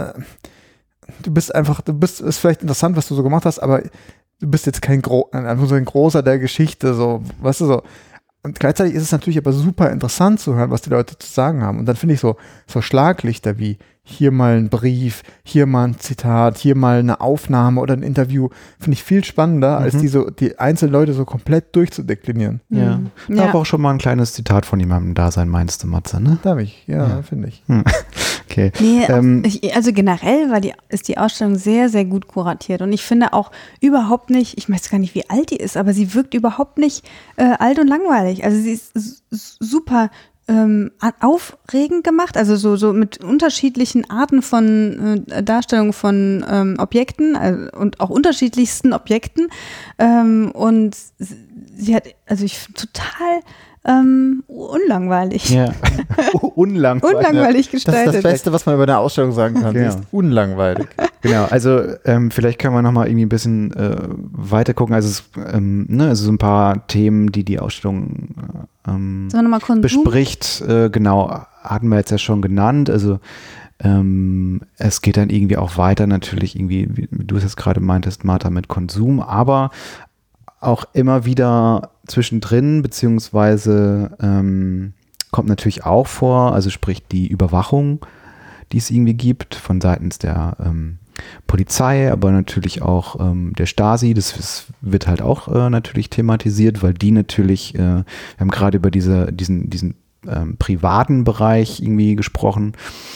ist vielleicht interessant, was du so gemacht hast, aber du bist jetzt kein großer der Geschichte, so, weißt du, so. Und gleichzeitig ist es natürlich aber super interessant zu hören, was die Leute zu sagen haben. Und dann finde ich so Schlaglichter wie hier mal ein Brief, hier mal ein Zitat, hier mal eine Aufnahme oder ein Interview, finde ich viel spannender, als die einzelnen Leute so komplett durchzudeklinieren. Ja. Darf auch schon mal ein kleines Zitat von jemandem da sein, meinst du, Matze, ne? Darf ich, finde ich. Okay. Nee, also generell ist die Ausstellung sehr, sehr gut kuratiert und ich finde auch überhaupt nicht, ich weiß gar nicht, wie alt die ist, aber sie wirkt überhaupt nicht alt und langweilig. Also sie ist super aufregend gemacht, also so mit unterschiedlichen Arten von Darstellung von Objekten und auch unterschiedlichsten Objekten und sie hat, also ich finde total unlangweilig. Ja. Unlangweilig gestaltet. Das ist das Beste, was man über eine Ausstellung sagen kann. Genau. Sie ist unlangweilig. Genau, also vielleicht können wir nochmal irgendwie ein bisschen weiter gucken. Also, also so ein paar Themen, die Ausstellung bespricht. Genau, hatten wir jetzt ja schon genannt. Also es geht dann irgendwie auch weiter natürlich irgendwie, wie du es jetzt gerade meintest, Martha, mit Konsum, aber auch immer wieder zwischendrin, beziehungsweise kommt natürlich auch vor, also sprich die Überwachung, die es irgendwie gibt von seitens der Polizei, aber natürlich auch der Stasi, das wird halt auch natürlich thematisiert, weil die natürlich, wir haben gerade über diesen privaten Bereich irgendwie gesprochen,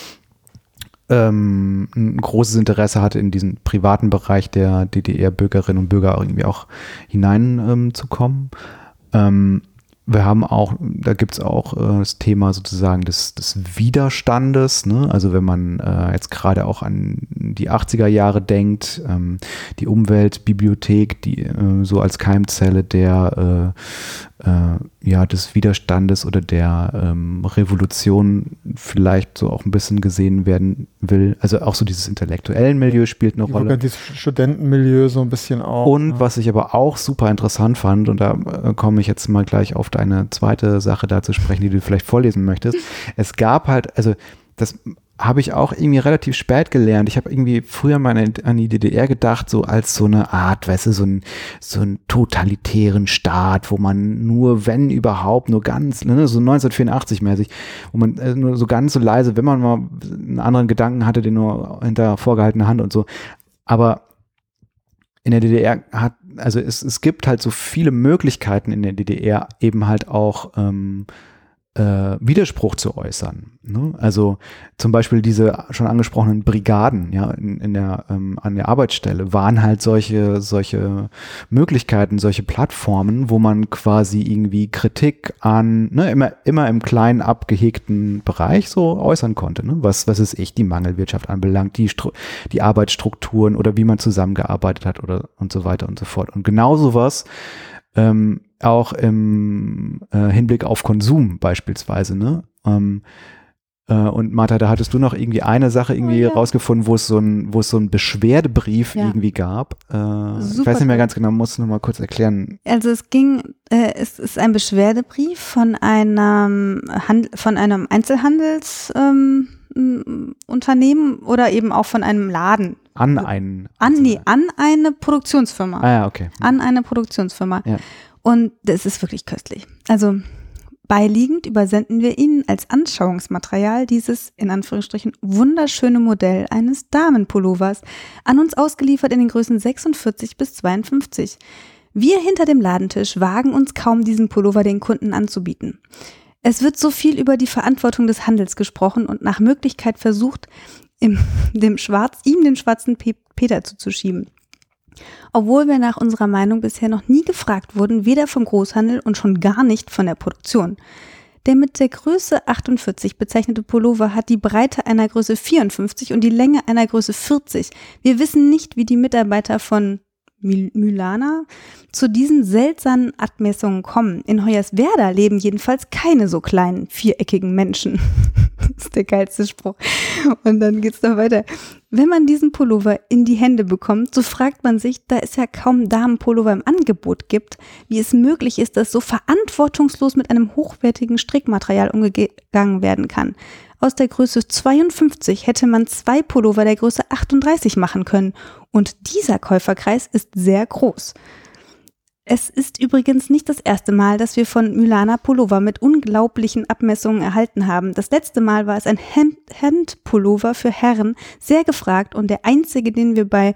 ein großes Interesse hatte, in diesen privaten Bereich der DDR-Bürgerinnen und Bürger irgendwie auch hineinzukommen. Wir haben auch, da gibt es auch das Thema sozusagen des Widerstandes, ne? Also wenn man jetzt gerade auch an die 80er Jahre denkt, die Umweltbibliothek, die so als Keimzelle des Widerstandes oder der Revolution vielleicht so auch ein bisschen gesehen werden will. Also auch so dieses intellektuellen Milieu spielt eine Rolle. Dieses Studentenmilieu so ein bisschen auch. Und was ich aber auch super interessant fand, und da komme ich jetzt mal gleich auf deine zweite Sache da zu sprechen, die du vielleicht vorlesen möchtest. Es gab halt, also das habe ich auch irgendwie relativ spät gelernt. Ich habe irgendwie früher mal an die DDR gedacht, so als so eine Art, weißt du, so einen totalitären Staat, wo man nur, wenn überhaupt, nur ganz, ne, so 1984-mäßig, wo man nur so ganz so leise, wenn man mal einen anderen Gedanken hatte, den nur hinter vorgehaltener Hand und so. Aber in der DDR es gibt halt so viele Möglichkeiten in der DDR eben halt auch Widerspruch zu äußern. Ne? Also zum Beispiel diese schon angesprochenen Brigaden, ja, an der Arbeitsstelle waren halt solche Möglichkeiten, solche Plattformen, wo man quasi irgendwie Kritik an, ne, immer im kleinen abgehegten Bereich so äußern konnte, ne? Was ist die Mangelwirtschaft anbelangt, die Arbeitsstrukturen oder wie man zusammengearbeitet hat und so weiter und so fort. Und genau sowas auch im Hinblick auf Konsum beispielsweise, ne? Und Martha, da hattest du noch irgendwie eine Sache irgendwie rausgefunden, wo es so ein Beschwerdebrief irgendwie gab. Ich weiß nicht mehr ganz genau, musst du noch mal kurz erklären. Also es ist ein Beschwerdebrief von einem Einzelhandelsunternehmen oder eben auch von einem Laden. An eine Produktionsfirma. Ah ja, okay. An eine Produktionsfirma. Ja. Und das ist wirklich köstlich. Also beiliegend übersenden wir Ihnen als Anschauungsmaterial dieses, in Anführungsstrichen, wunderschöne Modell eines Damenpullovers, an uns ausgeliefert in den Größen 46 bis 52. Wir hinter dem Ladentisch wagen uns kaum, diesen Pullover den Kunden anzubieten. Es wird so viel über die Verantwortung des Handels gesprochen und nach Möglichkeit versucht, ihm den schwarzen Peter zuzuschieben. Obwohl wir nach unserer Meinung bisher noch nie gefragt wurden, weder vom Großhandel und schon gar nicht von der Produktion. Der mit der Größe 48 bezeichnete Pullover hat die Breite einer Größe 54 und die Länge einer Größe 40. Wir wissen nicht, wie die Mitarbeiter von Mylana zu diesen seltsamen Abmessungen kommen. In Hoyerswerda leben jedenfalls keine so kleinen, viereckigen Menschen. Das ist der geilste Spruch. Und dann geht's noch weiter. Wenn man diesen Pullover in die Hände bekommt, so fragt man sich, da es ja kaum Damenpullover im Angebot gibt, wie es möglich ist, dass so verantwortungslos mit einem hochwertigen Strickmaterial umgegangen werden kann. Aus der Größe 52 hätte man 2 Pullover der Größe 38 machen können. Und dieser Käuferkreis ist sehr groß. Es ist übrigens nicht das erste Mal, dass wir von Mylana Pullover mit unglaublichen Abmessungen erhalten haben. Das letzte Mal war es ein Hemdpullover für Herren, sehr gefragt und der einzige, den wir bei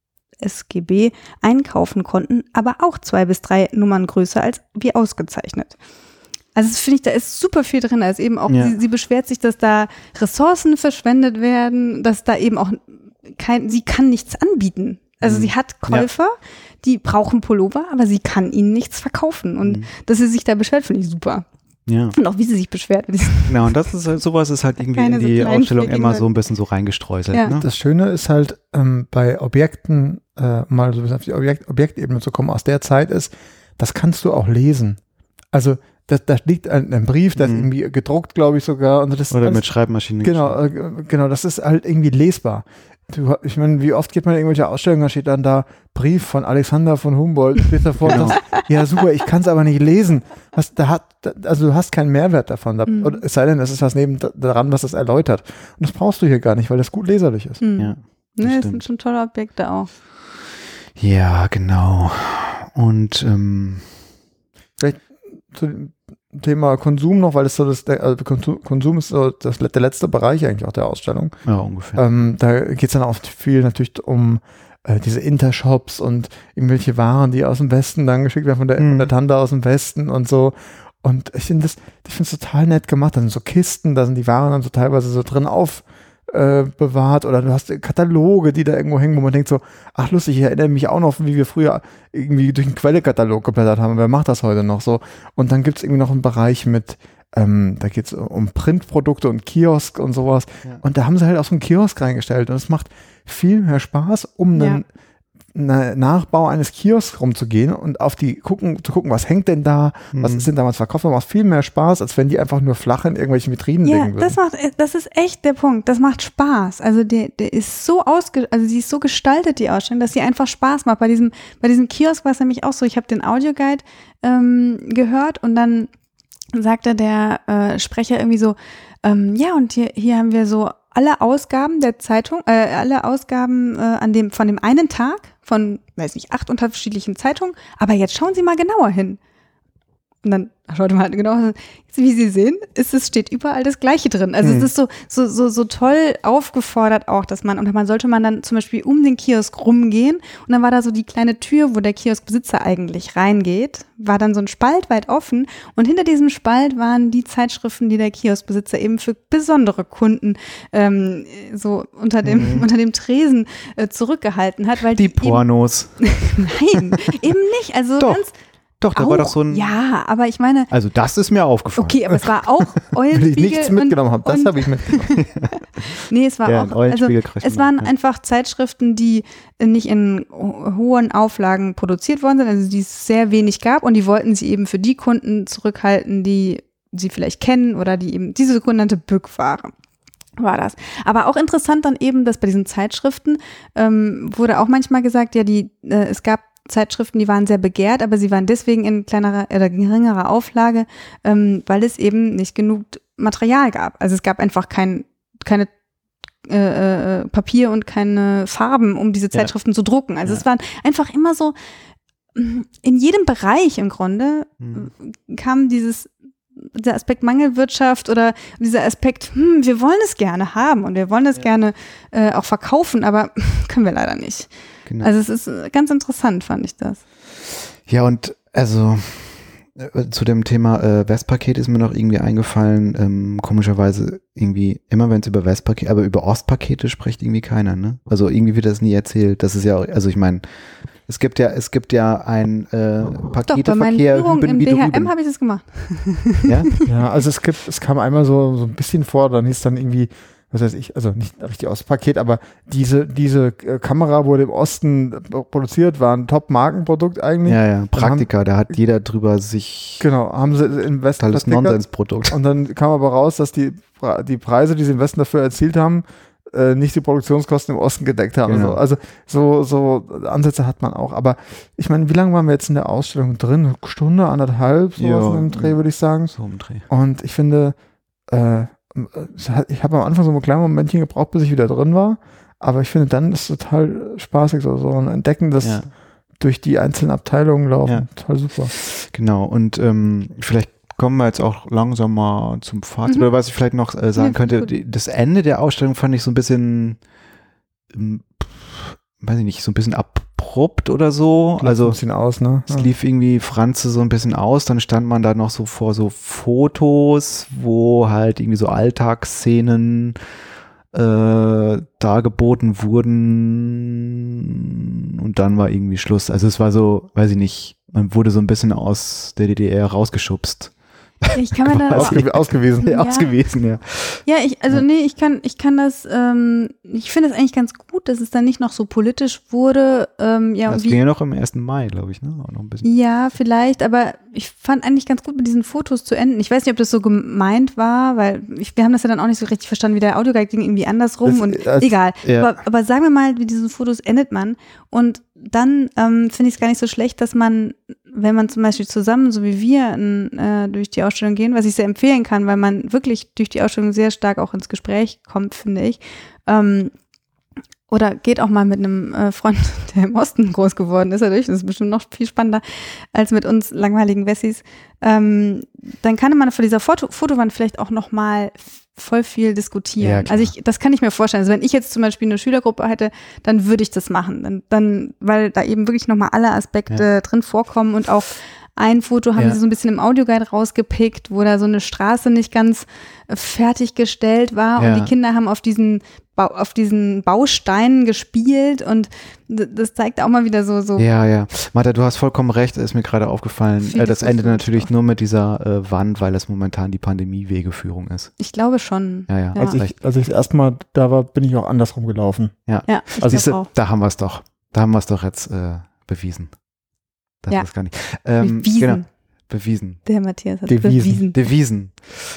SGB einkaufen konnten, aber auch 2 bis 3 Nummern größer als wie ausgezeichnet. Also das finde ich, da ist super viel drin. Also eben auch, sie beschwert sich, dass da Ressourcen verschwendet werden, dass da eben auch sie kann nichts anbieten. Also sie hat Käufer, die brauchen Pullover, aber sie kann ihnen nichts verkaufen. Und dass sie sich da beschwert, finde ich super. Ja. Und auch wie sie sich beschwert. Genau, und das ist halt, sowas ist halt irgendwie in die Ausstellung immer so ein bisschen so reingestreuselt. Ja. Ne? Das Schöne ist halt, bei Objekten, mal so ein bisschen auf die Objektebene zu kommen, aus der Zeit ist, das kannst du auch lesen. Also da liegt ein Brief, der ist irgendwie gedruckt, glaube ich sogar. Und das oder mit Schreibmaschine. Genau, das ist halt irgendwie lesbar. Ich meine, wie oft geht man in irgendwelche Ausstellungen, da steht dann da Brief von Alexander von Humboldt, steht davor, genau. Ja super, ich kann es aber nicht lesen. Also du hast keinen Mehrwert davon. Es sei denn, es ist was neben daran, was das erläutert. Und das brauchst du hier gar nicht, weil das gut leserlich ist. Ja, das sind schon tolle Objekte auch. Ja, genau. Und vielleicht zu dem Thema Konsum noch, weil das so Konsum ist so der letzte Bereich eigentlich auch der Ausstellung. Ja, ungefähr. Da geht es dann auch viel natürlich um diese Intershops und irgendwelche Waren, die aus dem Westen dann geschickt werden von der Tante aus dem Westen und so. Und ich finde es total nett gemacht. Da sind so Kisten, da sind die Waren dann so teilweise so drin bewahrt oder du hast Kataloge, die da irgendwo hängen, wo man denkt so, ach lustig, ich erinnere mich auch noch, wie wir früher irgendwie durch einen Quellekatalog geblättert haben. Wer macht das heute noch so? Und dann gibt es irgendwie noch einen Bereich mit, da geht es um Printprodukte und Kiosk und sowas. Ja. Und da haben sie halt auch so einen Kiosk reingestellt und es macht viel mehr Spaß, um einen Nachbau eines Kiosks rumzugehen und zu gucken, was hängt denn da, was ist denn damals verkauft, das macht viel mehr Spaß, als wenn die einfach nur flach in irgendwelchen Vitrinen liegen würden. Das ist echt der Punkt, das macht Spaß, also der ist so sie ist so gestaltet, die Ausstellung, dass sie einfach Spaß macht. Bei diesem Kiosk war es nämlich auch so, ich habe den Audioguide gehört und dann sagte der Sprecher irgendwie so, und hier haben wir so alle Ausgaben der Zeitung, alle Ausgaben von dem einen Tag, von, 8 unterschiedlichen Zeitungen, aber jetzt schauen Sie mal genauer hin. Und dann schaut man halt genau, wie Sie sehen, steht überall das Gleiche drin. Also es ist so toll aufgefordert auch, dass man sollte dann zum Beispiel um den Kiosk rumgehen und dann war da so die kleine Tür, wo der Kioskbesitzer eigentlich reingeht, war dann so ein Spalt weit offen und hinter diesem Spalt waren die Zeitschriften, die der Kioskbesitzer eben für besondere Kunden so unter dem Tresen zurückgehalten hat. Weil die Pornos. Nein, eben nicht. Also Doch. Doch, da war doch so ein... Ja, aber ich meine... Also das ist mir aufgefallen. Okay, aber es war auch Eulenspiegel. Wenn ich nichts mitgenommen habe, das habe ich mitgenommen. Nee, es war auch... Also, es waren einfach Zeitschriften, die nicht in hohen Auflagen produziert worden sind, also die es sehr wenig gab und die wollten sie eben für die Kunden zurückhalten, die sie vielleicht kennen oder die eben diese sogenannte Bückware war das. Aber auch interessant dann eben, dass bei diesen Zeitschriften wurde auch manchmal gesagt, ja, es gab Zeitschriften, die waren sehr begehrt, aber sie waren deswegen in kleinerer oder geringerer Auflage, weil es eben nicht genug Material gab. Also es gab einfach keine Papier und keine Farben, um diese Zeitschriften zu drucken. Also es waren einfach immer so, in jedem Bereich im Grunde kam dieser Aspekt Mangelwirtschaft oder dieser Aspekt, wir wollen es gerne haben und wir wollen es gerne auch verkaufen, aber können wir leider nicht. Genau. Also es ist ganz interessant, fand ich das. Ja, und also zu dem Thema Westpaket ist mir noch irgendwie eingefallen, komischerweise irgendwie, immer wenn es über Westpaket, aber über Ostpakete spricht irgendwie keiner, ne? Also irgendwie wird das nie erzählt. Das ist ja auch, also ich meine, es gibt ja ein Paketeverkehr. Doch, bei meinen Führungen im BHM habe ich das gemacht. Ja? Ja, also es kam einmal so ein bisschen vor, dann hieß dann irgendwie, was weiß ich, also nicht richtig aus Paket, aber diese Kamera wurde im Osten produziert, war ein Top-Markenprodukt eigentlich. Ja, Praktika, da hat jeder drüber sich. Genau, haben sie im Westen totales Nonsensprodukt. Und dann kam aber raus, dass die Preise, die sie im Westen dafür erzielt haben, nicht die Produktionskosten im Osten gedeckt haben. Genau. Also so Ansätze hat man auch. Aber ich meine, wie lange waren wir jetzt in der Ausstellung drin? Eine Stunde, anderthalb, so im Dreh, würde ich sagen. So im Dreh. Und ich finde, ich habe am Anfang so ein kleines Momentchen gebraucht, bis ich wieder drin war. Aber ich finde, dann ist es total spaßig, so ein Entdecken, das durch die einzelnen Abteilungen laufen. Ja. Total super. Genau. Und vielleicht kommen wir jetzt auch langsam mal zum Fazit. Oder was ich vielleicht noch sagen könnte, das Ende der Ausstellung fand ich so ein bisschen, weiß ich nicht, so ein bisschen abrupt oder so. Also ein bisschen aus, ne? es lief irgendwie Franze so ein bisschen aus, dann stand man da noch so vor so Fotos, wo halt irgendwie so Alltagsszenen dargeboten wurden und dann war irgendwie Schluss. Also es war so, weiß ich nicht, man wurde so ein bisschen aus der DDR rausgeschubst. Ich kann mir da ausgewiesen. Ja. Ausgewiesen, ja. Ja, ich kann das, ich finde es eigentlich ganz gut, dass es dann nicht noch so politisch wurde. Das ging ja noch am 1. Mai, glaube ich, ne? Auch noch ein bisschen. Ja, vielleicht, aber ich fand eigentlich ganz gut, mit diesen Fotos zu enden. Ich weiß nicht, ob das so gemeint war, weil wir haben das ja dann auch nicht so richtig verstanden, wie der Audioguide ging irgendwie andersrum egal. Ja. Aber sagen wir mal, mit diesen Fotos endet man und dann finde ich es gar nicht so schlecht, dass man, wenn man zum Beispiel zusammen, so wie wir, durch die Ausstellung gehen, was ich sehr empfehlen kann, weil man wirklich durch die Ausstellung sehr stark auch ins Gespräch kommt, finde ich. Oder geht auch mal mit einem Freund, der im Osten groß geworden ist, dadurch. Das ist bestimmt noch viel spannender als mit uns langweiligen Wessis. Dann kann man vor dieser Fotowand vielleicht auch noch mal voll viel diskutieren. Ja, also das kann ich mir vorstellen. Also wenn ich jetzt zum Beispiel eine Schülergruppe hätte, dann würde ich das machen. Dann weil da eben wirklich nochmal alle Aspekte drin vorkommen und auch ein Foto haben sie so ein bisschen im Audioguide rausgepickt, wo da so eine Straße nicht ganz fertiggestellt war und die Kinder haben auf diesen Bausteinen gespielt und das zeigt auch mal wieder so. Ja. Martha, du hast vollkommen recht, ist mir gerade aufgefallen. Das endet natürlich nur mit dieser Wand, weil es momentan die Pandemie-Wegeführung ist. Ich glaube schon. Ja. Als ich das erste Mal da war, bin ich auch andersrum gelaufen. Ja, also auch. Da haben wir es doch. Da haben wir es doch jetzt bewiesen. Das ist gar nicht. Bewiesen. Genau. Bewiesen. Der Matthias hat bewiesen. Devisen.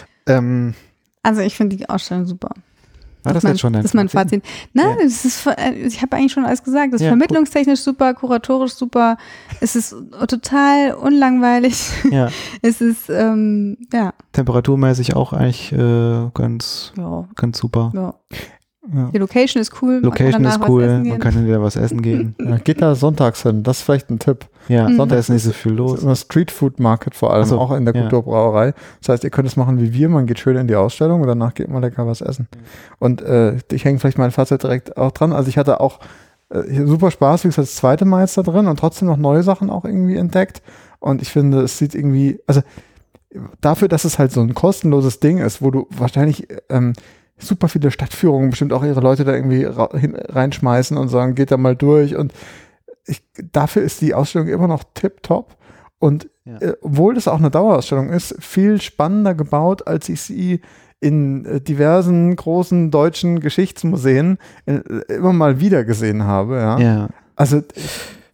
Also ich finde die Ausstellung super. War das jetzt schon dein Das ist mein Fazit. Nein, ich habe eigentlich schon alles gesagt. Das ist vermittlungstechnisch super, kuratorisch super. Es ist total unlangweilig. Ja. Es ist, temperaturmäßig auch eigentlich ganz super. Ja. Die Location ist cool. Location ist cool, man kann wieder was essen gehen. Ja, geht da sonntags hin, das ist vielleicht ein Tipp. Ja, Sonntag ist nicht so viel los. Immer Street Food Market vor allem, auch in der Kulturbrauerei. Das heißt, ihr könnt es machen wie wir, man geht schön in die Ausstellung und danach geht man lecker was essen. Und ich hänge vielleicht mein Fazit direkt auch dran. Also ich hatte auch super Spaß, wie gesagt, das zweite Mal jetzt da drin und trotzdem noch neue Sachen auch irgendwie entdeckt. Und ich finde, es sieht irgendwie, also dafür, dass es halt so ein kostenloses Ding ist, wo du wahrscheinlich super viele Stadtführungen bestimmt auch ihre Leute da irgendwie reinschmeißen und sagen, geht da mal durch. Und dafür ist die Ausstellung immer noch tipptopp. Und obwohl das auch eine Dauerausstellung ist, viel spannender gebaut, als ich sie in diversen großen deutschen Geschichtsmuseen immer mal wieder gesehen habe. Ja. Ja. Also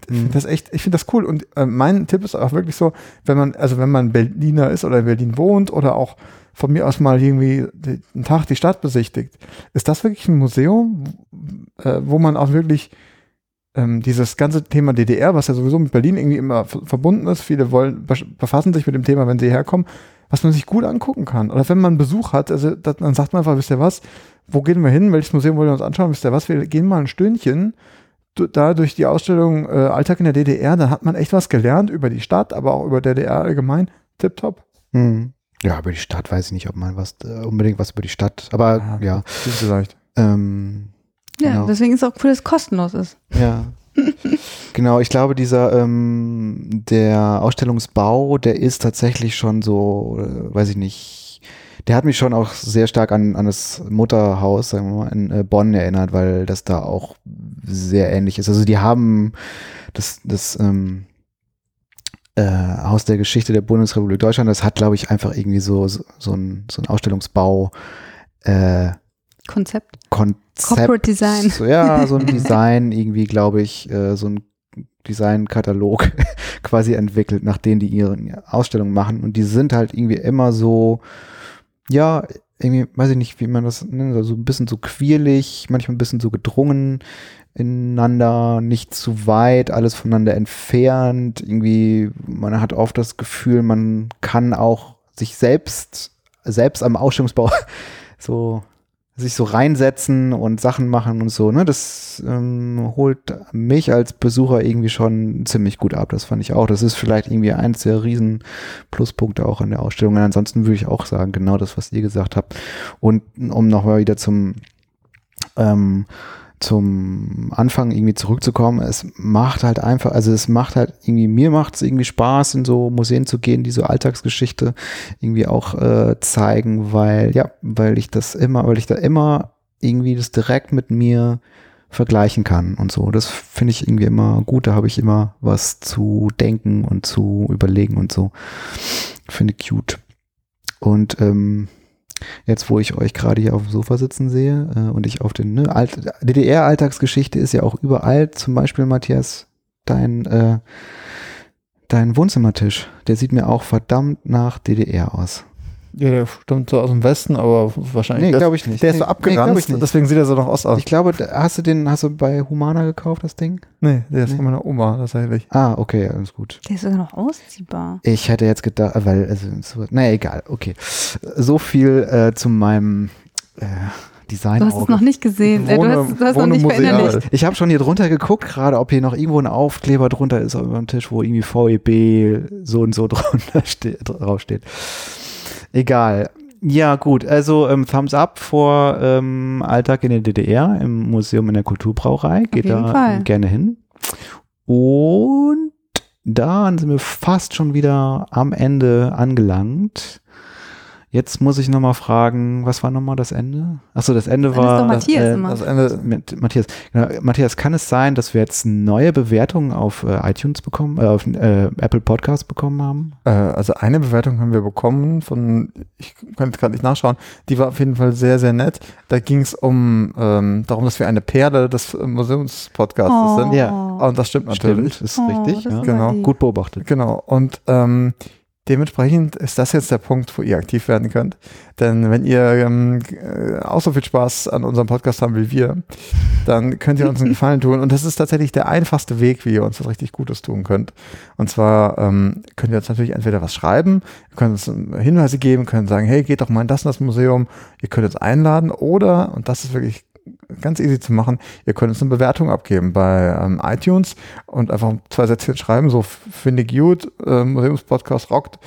Ich finde das cool. Und mein Tipp ist auch wirklich so, wenn man Berliner ist oder in Berlin wohnt oder auch von mir aus mal irgendwie einen Tag die Stadt besichtigt, ist das wirklich ein Museum, wo man auch wirklich dieses ganze Thema DDR, was ja sowieso mit Berlin irgendwie immer verbunden ist, viele befassen sich mit dem Thema, wenn sie herkommen, was man sich gut angucken kann. Oder wenn man Besuch hat, also dann sagt man einfach, wisst ihr was, wo gehen wir hin, welches Museum wollen wir uns anschauen, wisst ihr was, wir gehen mal ein Stündchen da durch die Ausstellung Alltag in der DDR, dann hat man echt was gelernt über die Stadt, aber auch über DDR allgemein. Tipptopp. Mhm. Ja, über die Stadt weiß ich nicht, ob man unbedingt was über die Stadt, aber ja. Vielleicht. Genau. Deswegen ist es auch cool, dass es kostenlos ist. Ja. Genau, ich glaube, der Ausstellungsbau, der ist tatsächlich schon so, weiß ich nicht, der hat mich schon auch sehr stark an das Mutterhaus, sagen wir mal, in Bonn erinnert, weil das da auch sehr ähnlich ist. Also die haben das Haus der Geschichte der Bundesrepublik Deutschland, das hat, glaube ich, einfach irgendwie so ein Ausstellungsbau Konzept. Corporate Design. So, ja, so ein Design irgendwie, glaube ich, so ein Designkatalog quasi entwickelt, nach denen die ihre Ausstellungen machen. Und die sind halt irgendwie immer so, ja, irgendwie, weiß ich nicht, wie man das nennt, so ein bisschen so quirlig, manchmal ein bisschen so gedrungen ineinander, nicht zu weit, alles voneinander entfernt. Irgendwie, man hat oft das Gefühl, man kann auch sich selbst am Ausstellungsbau sich so reinsetzen und Sachen machen und so, ne, das holt mich als Besucher irgendwie schon ziemlich gut ab, das fand ich auch, das ist vielleicht irgendwie eins der riesen Pluspunkte auch an der Ausstellung, und ansonsten würde ich auch sagen, genau das, was ihr gesagt habt, und um nochmal wieder zum Anfang irgendwie zurückzukommen, es macht halt mir macht es irgendwie Spaß, in so Museen zu gehen, die so Alltagsgeschichte irgendwie auch zeigen, weil ich da immer irgendwie das direkt mit mir vergleichen kann und so. Das finde ich irgendwie immer gut, da habe ich immer was zu denken und zu überlegen und so. Finde ich cute. Und jetzt, wo ich euch gerade hier auf dem Sofa sitzen sehe und ich auf den DDR-Alltagsgeschichte ist ja auch überall, zum Beispiel, Matthias, dein Wohnzimmertisch, der sieht mir auch verdammt nach DDR aus. Ja, der stammt so aus dem Westen, aber wahrscheinlich. Nee, glaube ich nicht. Der ist so abgeranzt, deswegen sieht er so noch aus. Ich glaube, hast du bei Humana gekauft, das Ding? Nee, der ist von meiner Oma, tatsächlich. Ah, okay, alles gut. Der ist sogar noch ausziehbar. Ich hätte jetzt gedacht, egal, okay. So viel zu meinem Design. Du hast es noch nicht gesehen. Du hast noch nicht verinnerlicht. Ich habe schon hier drunter geguckt, gerade ob hier noch irgendwo ein Aufkleber drunter ist auf dem Tisch, wo irgendwie VEB so und so draufsteht. Egal. Ja, gut. Also Thumbs up vor Alltag in der DDR im Museum in der Kulturbrauerei. Geht da gerne hin. Und dann sind wir fast schon wieder am Ende angelangt. Jetzt muss ich nochmal fragen, was war nochmal das Ende? Achso, das Ende war das Ende mit Matthias. Genau, Matthias, kann es sein, dass wir jetzt neue Bewertungen auf iTunes bekommen, auf Apple Podcasts bekommen haben? Also eine Bewertung haben wir bekommen ich kann jetzt gerade nicht nachschauen, die war auf jeden Fall sehr, sehr nett. Da ging es darum, dass wir eine Perle des Museumspodcasts sind. Ja. Und das stimmt natürlich. Stimmt, ist richtig. Das Ja. Genau. Gut beobachtet. Genau. Und dementsprechend ist das jetzt der Punkt, wo ihr aktiv werden könnt. Denn wenn ihr auch so viel Spaß an unserem Podcast haben wie wir, dann könnt ihr uns einen Gefallen tun. Und das ist tatsächlich der einfachste Weg, wie ihr uns was richtig Gutes tun könnt. Und zwar könnt ihr uns natürlich entweder was schreiben, ihr könnt uns Hinweise geben, könnt sagen, hey, geht doch mal in das Museum. Ihr könnt uns einladen oder, und das ist wirklich ganz easy zu machen, ihr könnt uns eine Bewertung abgeben bei iTunes und einfach 2 Sätze schreiben, so finde ich gut, Museumspodcast rockt,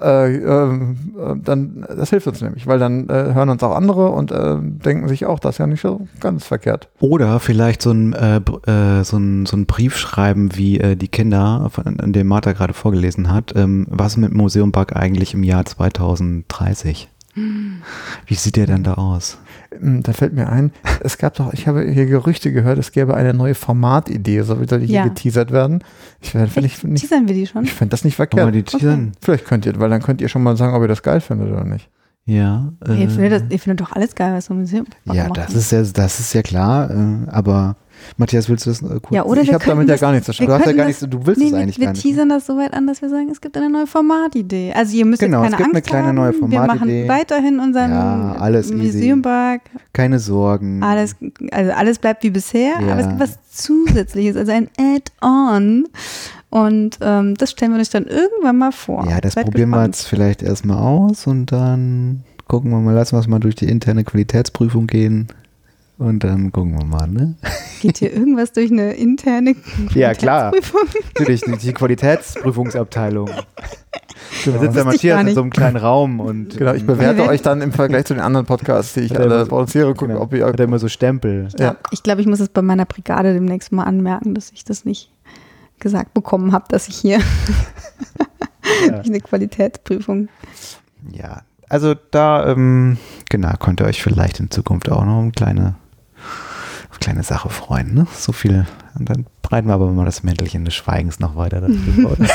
dann, das hilft uns nämlich, weil dann hören uns auch andere und denken sich auch, das ist ja nicht so ganz verkehrt. Oder vielleicht so ein Brief schreiben, wie die Kinder, an dem Martha gerade vorgelesen hat, was mit Museum Bug eigentlich im Jahr 2030? Wie sieht der denn da aus? Da fällt mir ein, ich habe hier Gerüchte gehört, es gäbe eine neue Formatidee, so soll die hier geteasert werden. Teasern wir die schon? Ich fände das nicht verkehrt. Okay. Vielleicht könnt ihr, weil dann könnt ihr schon mal sagen, ob ihr das geil findet oder nicht. Ja. Ihr findet doch alles geil, was so ein Museum macht. Ja, das ist ja klar, aber Matthias, willst du das kurz? Ja, oder Ich wir habe damit könnten ja das- gar nichts zu wir tun. Du hast ja könnten gar das- nichts, du willst es eigentlich wir gar nicht. teasern das so weit an, dass wir sagen, es gibt eine neue Formatidee. Also ihr müsst Genau, jetzt es keine gibt eine Angst kleine haben. neue Wir Formatidee. machen weiterhin unseren Ja, alles easy. Museumpark. Keine Sorgen. Alles bleibt wie bisher, Ja. aber es gibt was Zusätzliches, also ein Add-on. Und das stellen wir euch dann irgendwann mal vor. Ja, das Seid probieren wir gespannt. jetzt vielleicht erstmal aus und dann gucken wir mal, lassen wir es mal durch die interne Qualitätsprüfung gehen und dann gucken wir mal, ne? Geht hier irgendwas durch eine interne Ja, klar. Qualitätsprüfung? Natürlich, die Qualitätsprüfungsabteilung. Da sitzt der Wusste ich gar Matthias in nicht. so einem kleinen Raum und Genau, ich bewerte euch dann im Vergleich zu den anderen Podcasts, die ich Hat er alle immer- produziere, gucken, genau, ob ihr... hat er immer so Stempel. Ja. Ich glaube, ich muss es bei meiner Brigade demnächst mal anmerken, dass ich das nicht gesagt bekommen habe, dass ich hier Ja. eine Qualitätsprüfung. Ja, also da, genau, könnt ihr euch vielleicht in Zukunft auch noch auf kleine Sache freuen, ne? So viel. Und dann breiten wir aber mal das Mäntelchen des Schweigens noch weiter darüber. oder?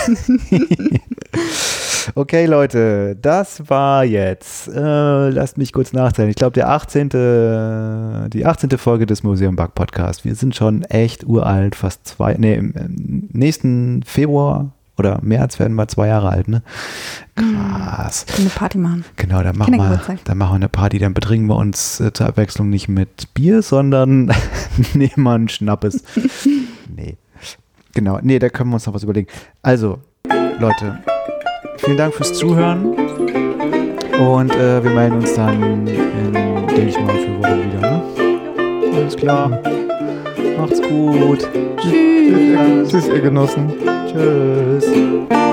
Okay, Leute, das war jetzt, lasst mich kurz nachzählen. Ich glaube, die 18. Folge des Museum Bug Podcast. Wir sind schon echt uralt, im nächsten Februar oder März werden wir 2 Jahre alt, ne? Krass. Eine Party machen. Genau, dann machen Kindergeburtstag. wir eine Party, dann betrinken wir uns zur Abwechslung nicht mit Bier, sondern nehmen wir einen Schnappes. Nee. Genau, nee, da können wir uns noch was überlegen. Also, Leute, vielen Dank fürs Zuhören und wir melden uns dann denke ich mal, für Wochen wieder, ne? Alles klar. Macht's gut. Tschüss. Tschüss, ihr Genossen. Tschüss.